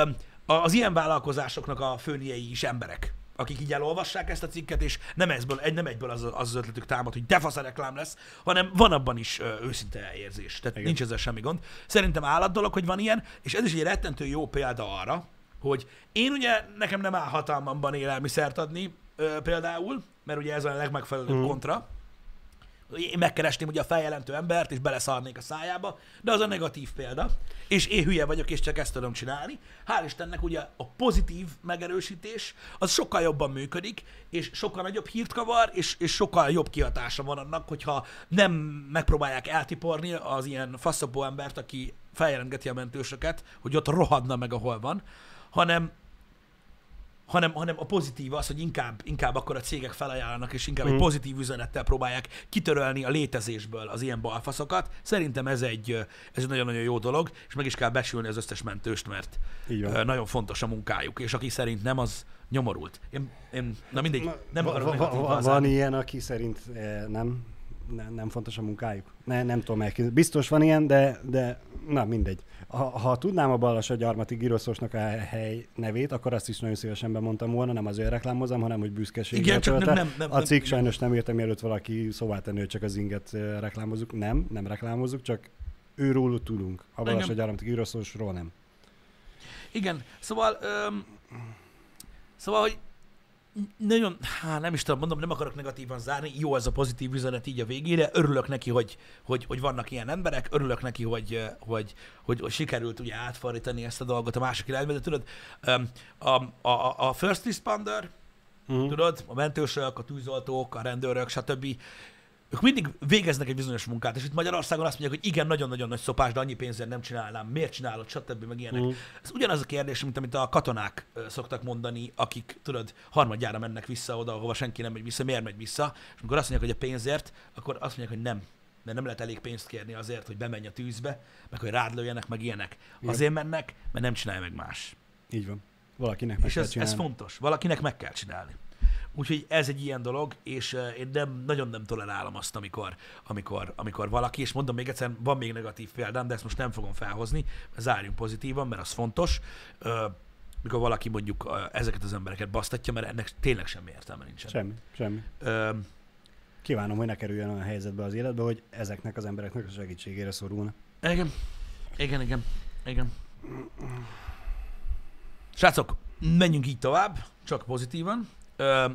az ilyen vállalkozásoknak a főniei is emberek, akik így elolvassák ezt a cikket, és nem, ezből, nem egyből az az, az ötletük támad, hogy de fasz a reklám lesz, hanem van abban is őszinte elérzés. Tehát igen. Nincs ezzel semmi gond. Szerintem állat dolog, hogy van ilyen, és ez is egy rettentő jó példa arra, hogy én ugye, nekem nem áll hatalmamban élelmiszert adni, ö, például, mert ugye ez a legmegfelelőbb mm. kontra. Én megkeresném ugye a feljelentő embert, és beleszarnék a szájába, de az a negatív példa. És én hülye vagyok, és csak ezt tudom csinálni. Hál' Istennek ugye a pozitív megerősítés, az sokkal jobban működik, és sokkal nagyobb hírt kavar, és, és sokkal jobb kihatása van annak, hogyha nem megpróbálják eltiporni az ilyen faszapó embert, aki feljelentgeti a mentősöket, hogy ott rohadna meg, ahol van, hanem, hanem, hanem a pozitív az, hogy inkább, inkább akkor a cégek felajánlanak, és inkább mm. egy pozitív üzenettel próbálják kitörölni a létezésből az ilyen balfaszokat. Szerintem ez egy, ez egy nagyon-nagyon jó dolog, és meg is kell becsülni az összes mentőst, mert nagyon fontos a munkájuk, és aki szerint nem, az nyomorult. Én, én, na mindegy, nem va, akarok va, va, Van vazálni. ilyen, aki szerint nem, nem, nem fontos a munkájuk? Ne, nem tudom elképzelni. Biztos van ilyen, de, de na mindegy. Ha, ha tudnám a Balassagyarmati giroszosnak a hely nevét, akkor azt is nagyon szívesen bemondtam volna, nem az ő reklámozom, hanem hogy büszkeséggel. Igen, csak nem, nem, nem, A cikk nem, sajnos nem értem, mielőtt valaki szóvá tenni, hogy csak az Zinget reklámozzuk. Nem, nem reklámozzuk, csak őróluk tudunk. A Balassagyarmati giroszosról nem. Igen, szóval, öm, szóval, hogy nagyon, hát nem is tudom, mondom, nem akarok negatívan zárni, jó ez a pozitív üzenet így a végére, örülök neki, hogy, hogy, hogy vannak ilyen emberek, örülök neki, hogy, hogy, hogy, hogy sikerült ugye átfordítani ezt a dolgot a másik irányba, de tudod, a, a, a first responder, uh-huh. tudod, a mentősök, a tűzoltók, a rendőrök, stb., ők mindig végeznek egy bizonyos munkát, és itt Magyarországon azt mondják, hogy igen, nagyon-nagyon nagy szopás, de annyi pénzért nem csinálnám, miért csinálod, stb. Meg ilyenek. Mm. Ez ugyanaz a kérdés, mint amit a katonák szoktak mondani, akik, tudod, harmadjára mennek vissza oda, ahova senki nem megy vissza, miért megy vissza, és amikor azt mondják, hogy a pénzért, akkor azt mondják, hogy nem, mert nem lehet elég pénzt kérni azért, hogy bemenj a tűzbe, meg hogy rád lőjenek, meg ilyenek. Igen. Azért mennek, mert nem csinálja meg más. Így van. Valakinek meg és kell ez, csinálni. ez fontos. Valakinek meg kell csinálni. Úgyhogy ez egy ilyen dolog, és uh, én nem, nagyon nem tolerálom azt, amikor, amikor, amikor valaki, és mondom még egyszer, van még negatív példám, de ezt most nem fogom felhozni, zárjunk pozitívan, mert az fontos, uh, mikor valaki mondjuk uh, ezeket az embereket basztatja, mert ennek tényleg semmi értelme nincsen. Semmi, semmi. Uh, Kívánom, hogy ne kerüljön olyan helyzetbe az életbe, hogy ezeknek az embereknek a segítségére szorulna. Igen, igen, igen, igen. Srácok, menjünk így tovább, csak pozitívan. Uh,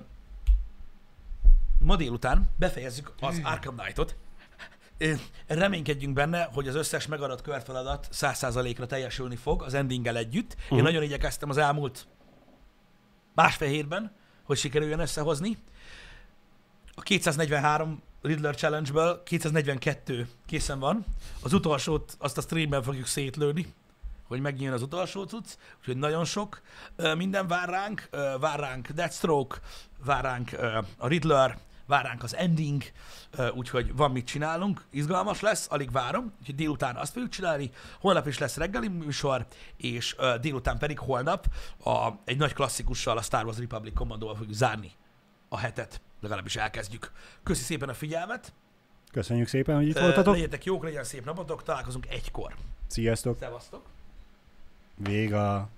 ma délután befejezzük az Arkham Knight-ot. Uh, reménykedjünk benne, hogy az összes megadott körfeladat száz százalékra teljesülni fog az endinggel együtt. Uh-huh. Én nagyon igyekeztem az elmúlt másfél hétben, hogy sikerüljön összehozni. A kétszáznegyvenhárom Riddler Challenge-ből kétszáznegyvenkettő készen van. Az utolsót azt a streamben fogjuk szétlőni, hogy megnyíljon az utolsó cucc, úgyhogy nagyon sok minden vár ránk, vár ránk Deathstroke, vár ránk a Riddler, vár ránk az ending, úgyhogy van mit csinálunk, izgalmas lesz, alig várom, úgyhogy délután azt fogjuk csinálni, holnap is lesz reggeli műsor, és délután pedig holnap a, egy nagy klasszikussal, a Star Wars Republic Commandóval fogjuk zárni a hetet, legalábbis elkezdjük. Köszi szépen a figyelmet! Köszönjük szépen, hogy itt voltatok. Legyetek jók, legyen szép napotok, találkozunk egykor. Sziasztok! Szevasztok! Véga!